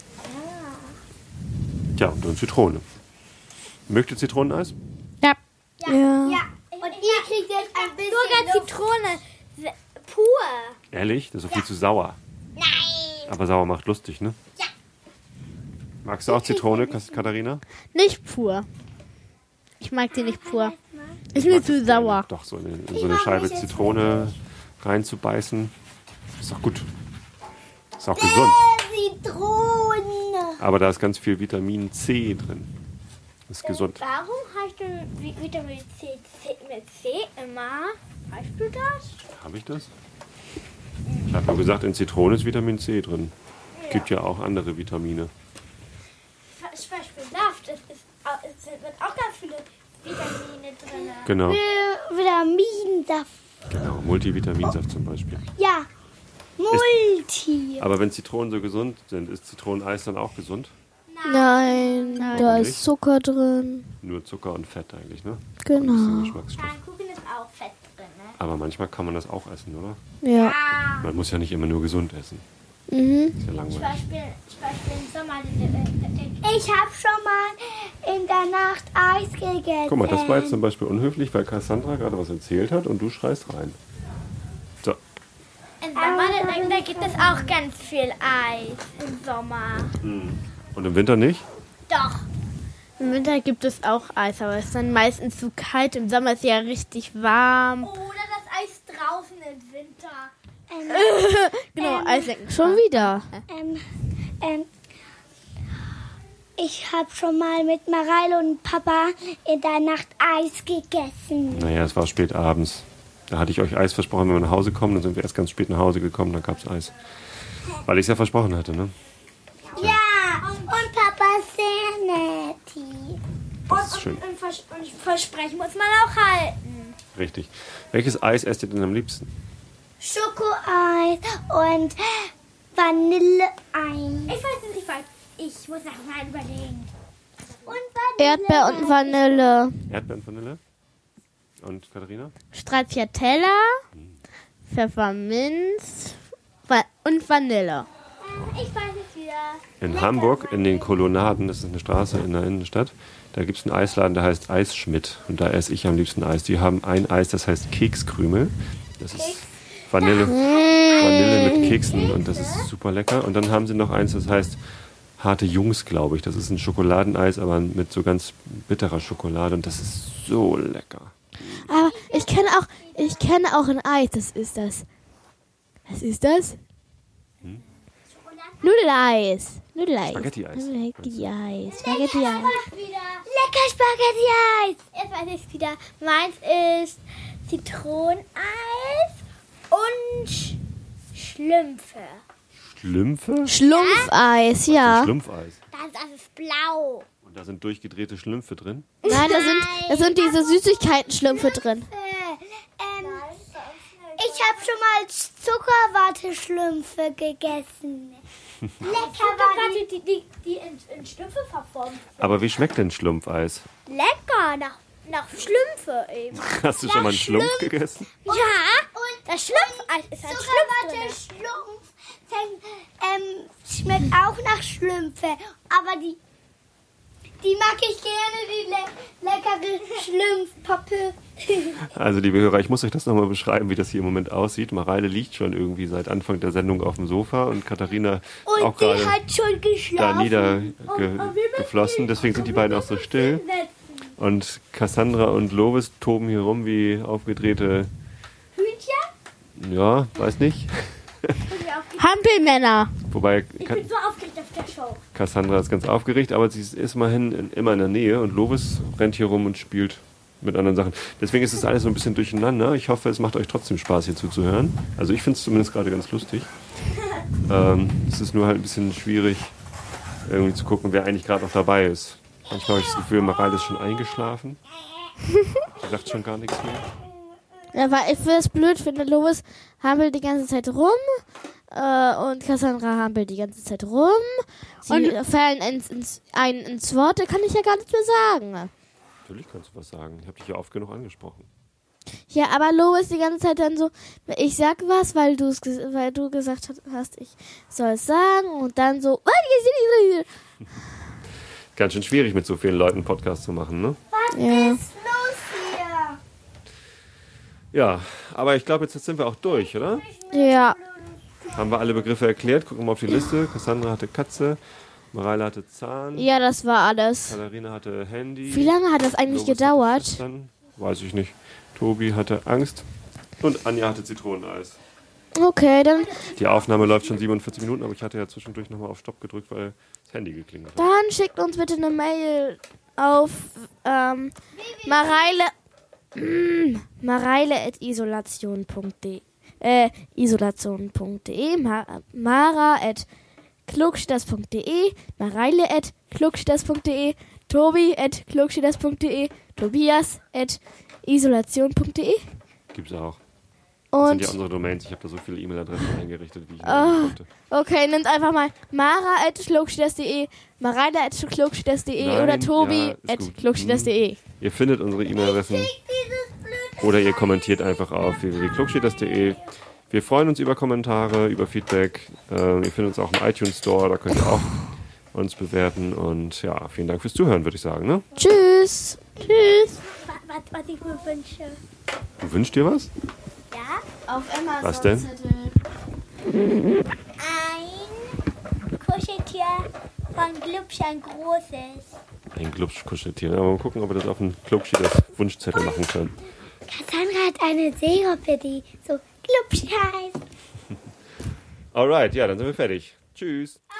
Tja, und dann Zitrone. Mögt ihr Zitroneneis? Ja. Ja. Ja. Und ihr kriegt jetzt ein bisschen Sogar Luft. Zitrone. Se- Pur. Ehrlich? Das ist doch viel zu sauer. Nein. Aber sauer macht lustig, ne? Ja. Magst du auch Zitrone, Kas- Katharina? Nicht pur. Ich mag die nicht pur. Ist Ich mir mag zu das sauer. gerne, Doch, so eine, in so eine Scheibe Zitrone reinzubeißen. Ist doch gut. Ist auch gesund. Zitrone. Aber da ist ganz viel Vitamin C drin. Ist gesund. Warum heißt du Vi- Vitamin C, C mit C immer? Weißt du das? Habe ich das? Ich habe ja gesagt, in Zitrone ist Vitamin C drin. Gibt ja auch andere Vitamine. Zum Beispiel Saft. Es, ist, au- es sind auch ganz viele Vitamine drin. Genau. Vitaminsaft. Genau. Multivitaminsaft zum Beispiel. Ja. Multi. Aber wenn Zitronen so gesund sind, ist Zitroneneis dann auch gesund? Nein, da Nicht? ist Zucker drin. Nur Zucker und Fett eigentlich, ne? Genau. Ein bisschen Geschmacksstoff. Pfannkuchen ist auch Fett drin, ne? Aber manchmal kann man das auch essen, oder? Ja. Ah. Man muss ja nicht immer nur gesund essen. Mhm. Ist ja Zum langweilig. Beispiel, zum Beispiel im Sommer. äh, äh, äh, Ich habe schon mal in der Nacht Eis gegessen. Guck mal, das war jetzt zum Beispiel unhöflich, weil Cassandra gerade was erzählt hat und du schreist rein. So, Im Sommer, da, da gibt es auch ganz viel Eis. Im Sommer. und im Winter nicht? Doch. Im Winter gibt es auch Eis, aber es ist dann meistens zu kalt. Im Sommer ist es ja richtig warm. Oder das Eis draußen im Winter. Genau, Eislecken. Schon wieder. Ähm, ähm, ich habe schon mal mit Mareile und Papa in der Nacht Eis gegessen. Naja, es war spät abends. Da hatte ich euch Eis versprochen, wenn wir nach Hause kommen. Dann sind wir erst ganz spät nach Hause gekommen, dann gab es Eis. Weil ich es ja versprochen hatte, ne? Ja, und Papa ist sehr nett. Das ist schön. Und, Vers und Versprechen muss man auch halten. Richtig. Welches Eis esst ihr denn am liebsten? Schokoeis und Vanilleeis. Ich weiß es nicht, weil ich muss noch mal überlegen. Und Vanille. Erdbeer und Vanille. Erdbeeren, Vanille? Und Katharina? Stracciatella, Pfefferminz Va- und Vanille. Ich weiß es wieder. In Hamburg, in den Kolonnaden, das ist eine Straße in der Innenstadt, da gibt es einen Eisladen, der heißt Eisschmidt. Und da esse ich am liebsten Eis. Die haben ein Eis, das heißt Kekskrümel. Das ist Vanille, Vanille mit Keksen und das ist super lecker. Und dann haben sie noch eins, das heißt Harte Jungs, glaube ich. Das ist ein Schokoladeneis, aber mit so ganz bitterer Schokolade und das ist so lecker. Aber ich kenne auch, ich kenne auch ein Eis. Das ist das. Was ist das? Nudeleis. Nudeleis. Spaghetti-Eis. Spaghetti-Eis. Spaghetti-Eis. Wieder. Lecker Spaghetti-Eis. Jetzt weiß ich es wieder. Meins ist Zitroneneis und Sch Schlümpfe. Schlümpfe? Schlumpfeis, ja. Schlumpfeis. Das, das ist blau. Und da sind durchgedrehte Schlümpfe drin. Nein, da sind, da sind diese Süßigkeiten-Schlümpfe drin. Äh, ähm, ich habe schon mal Zuckerwatteschlümpfe gegessen. Lecker waren die. Warte, die, die, die in, in Schlümpfe verformt sind. Aber wie schmeckt denn Schlumpfeis? Lecker, nach, nach Schlümpfe eben. Hast du schon mal einen Schlumpf gegessen? Ja, Das Schlumpfeis ist ein Zuckerwatte, Schlumpf drin. Schlumpf, ähm, schmeckt auch nach Schlümpfe. Aber die, die mag ich gerne, die le leckere Schlumpfpappe. Also, liebe Hörer, ich muss euch das nochmal beschreiben, wie das hier im Moment aussieht. Mareile liegt schon irgendwie seit Anfang der Sendung auf dem Sofa und Katharina Und auch die gerade hat schon da geschlafen. niedergeflossen. Deswegen sind die beiden auch so still. Und Cassandra und Lovis toben hier rum wie aufgedrehte, Hühnchen? ja, weiß nicht. Hampelmänner. Wobei Ich Ka bin so aufgeregt auf der Show. Cassandra ist ganz aufgeregt, aber sie ist immerhin in, immer in der Nähe und Lovis rennt hier rum und spielt mit anderen Sachen. Deswegen ist es alles so ein bisschen durcheinander. Ich hoffe, es macht euch trotzdem Spaß, hier zuzuhören. Also ich finde es zumindest gerade ganz lustig. Ähm, es ist nur halt ein bisschen schwierig, irgendwie zu gucken, wer eigentlich gerade noch dabei ist. Manchmal habe ich das Gefühl, Mareile ist schon eingeschlafen. Sie sagt schon gar nichts mehr. Ja, weil ich das blöd finde. Lovis hampelt die ganze Zeit rum äh, und Cassandra hampelt die ganze Zeit rum. Sie und fallen ins, ins, ein ins Wort, da kann ich ja gar nichts mehr sagen. Natürlich kannst du was sagen. Ich habe dich ja oft genug angesprochen. Ja, aber Lovis die ganze Zeit dann so, ich sag was, weil, du's, weil du gesagt hast, ich soll es sagen und dann so, Ganz schön schwierig, mit so vielen Leuten einen Podcast zu machen, ne? Was Ja. ist los hier? Ja, aber ich glaube, jetzt sind wir auch durch, oder? Ja. Haben wir alle Begriffe erklärt? Gucken wir mal auf die Liste. Cassandra hatte Katze, Mareile hatte Zahn, Ja, das war alles. Katharina hatte Handy. Wie lange hat das eigentlich Lovis gedauert? hatte Schwestern, weiß ich nicht. Tobi hatte Angst und Anja hatte Zitroneneis. Okay, dann, Die Aufnahme läuft schon siebenundvierzig Minuten, aber ich hatte ja zwischendurch nochmal auf Stopp gedrückt, weil das Handy geklingelt hat. dann schickt uns bitte eine Mail auf ähm, Mareile mm, mareile at isolation punkt de äh, isolation punkt de Ma, mara at klugschdas punkt de mareile at klugschdas punkt de Tobi at klugschdas punkt de Tobias at isolation punkt de Gibt's auch. Das sind und ja unsere Domains. Ich habe da so viele E-Mail-Adressen eingerichtet, wie ich Ah. nur konnte. okay, nehmt einfach mal mara at klugschdas punkt de mareile at klugschdas punkt de Nein, oder Tobi ja, ist at gut. klugschdas punkt de. Ihr findet unsere E-Mail-Adressen oder ihr kommentiert einfach auf w w w punkt klugschdas punkt de. Wir freuen uns über Kommentare, über Feedback. Äh, ihr findet uns auch im iTunes Store, da könnt ihr auch uns bewerten. Und ja, vielen Dank fürs Zuhören, würde ich sagen. Ne? Tschüss. Tschüss. Was, was ich mir wünsche. Du wünschst dir was? Ja? Auf Amazon. Was denn? Ein Kuscheltier von Glubsch, ein großes. Ein Glubsch-Kuscheltier. Aber mal gucken, ob wir das auf dem Klubschi das Wunschzettel machen können. Cassandra hat eine Seehoppe, die so glubsch heißt. Alright, ja, dann sind wir fertig. Tschüss.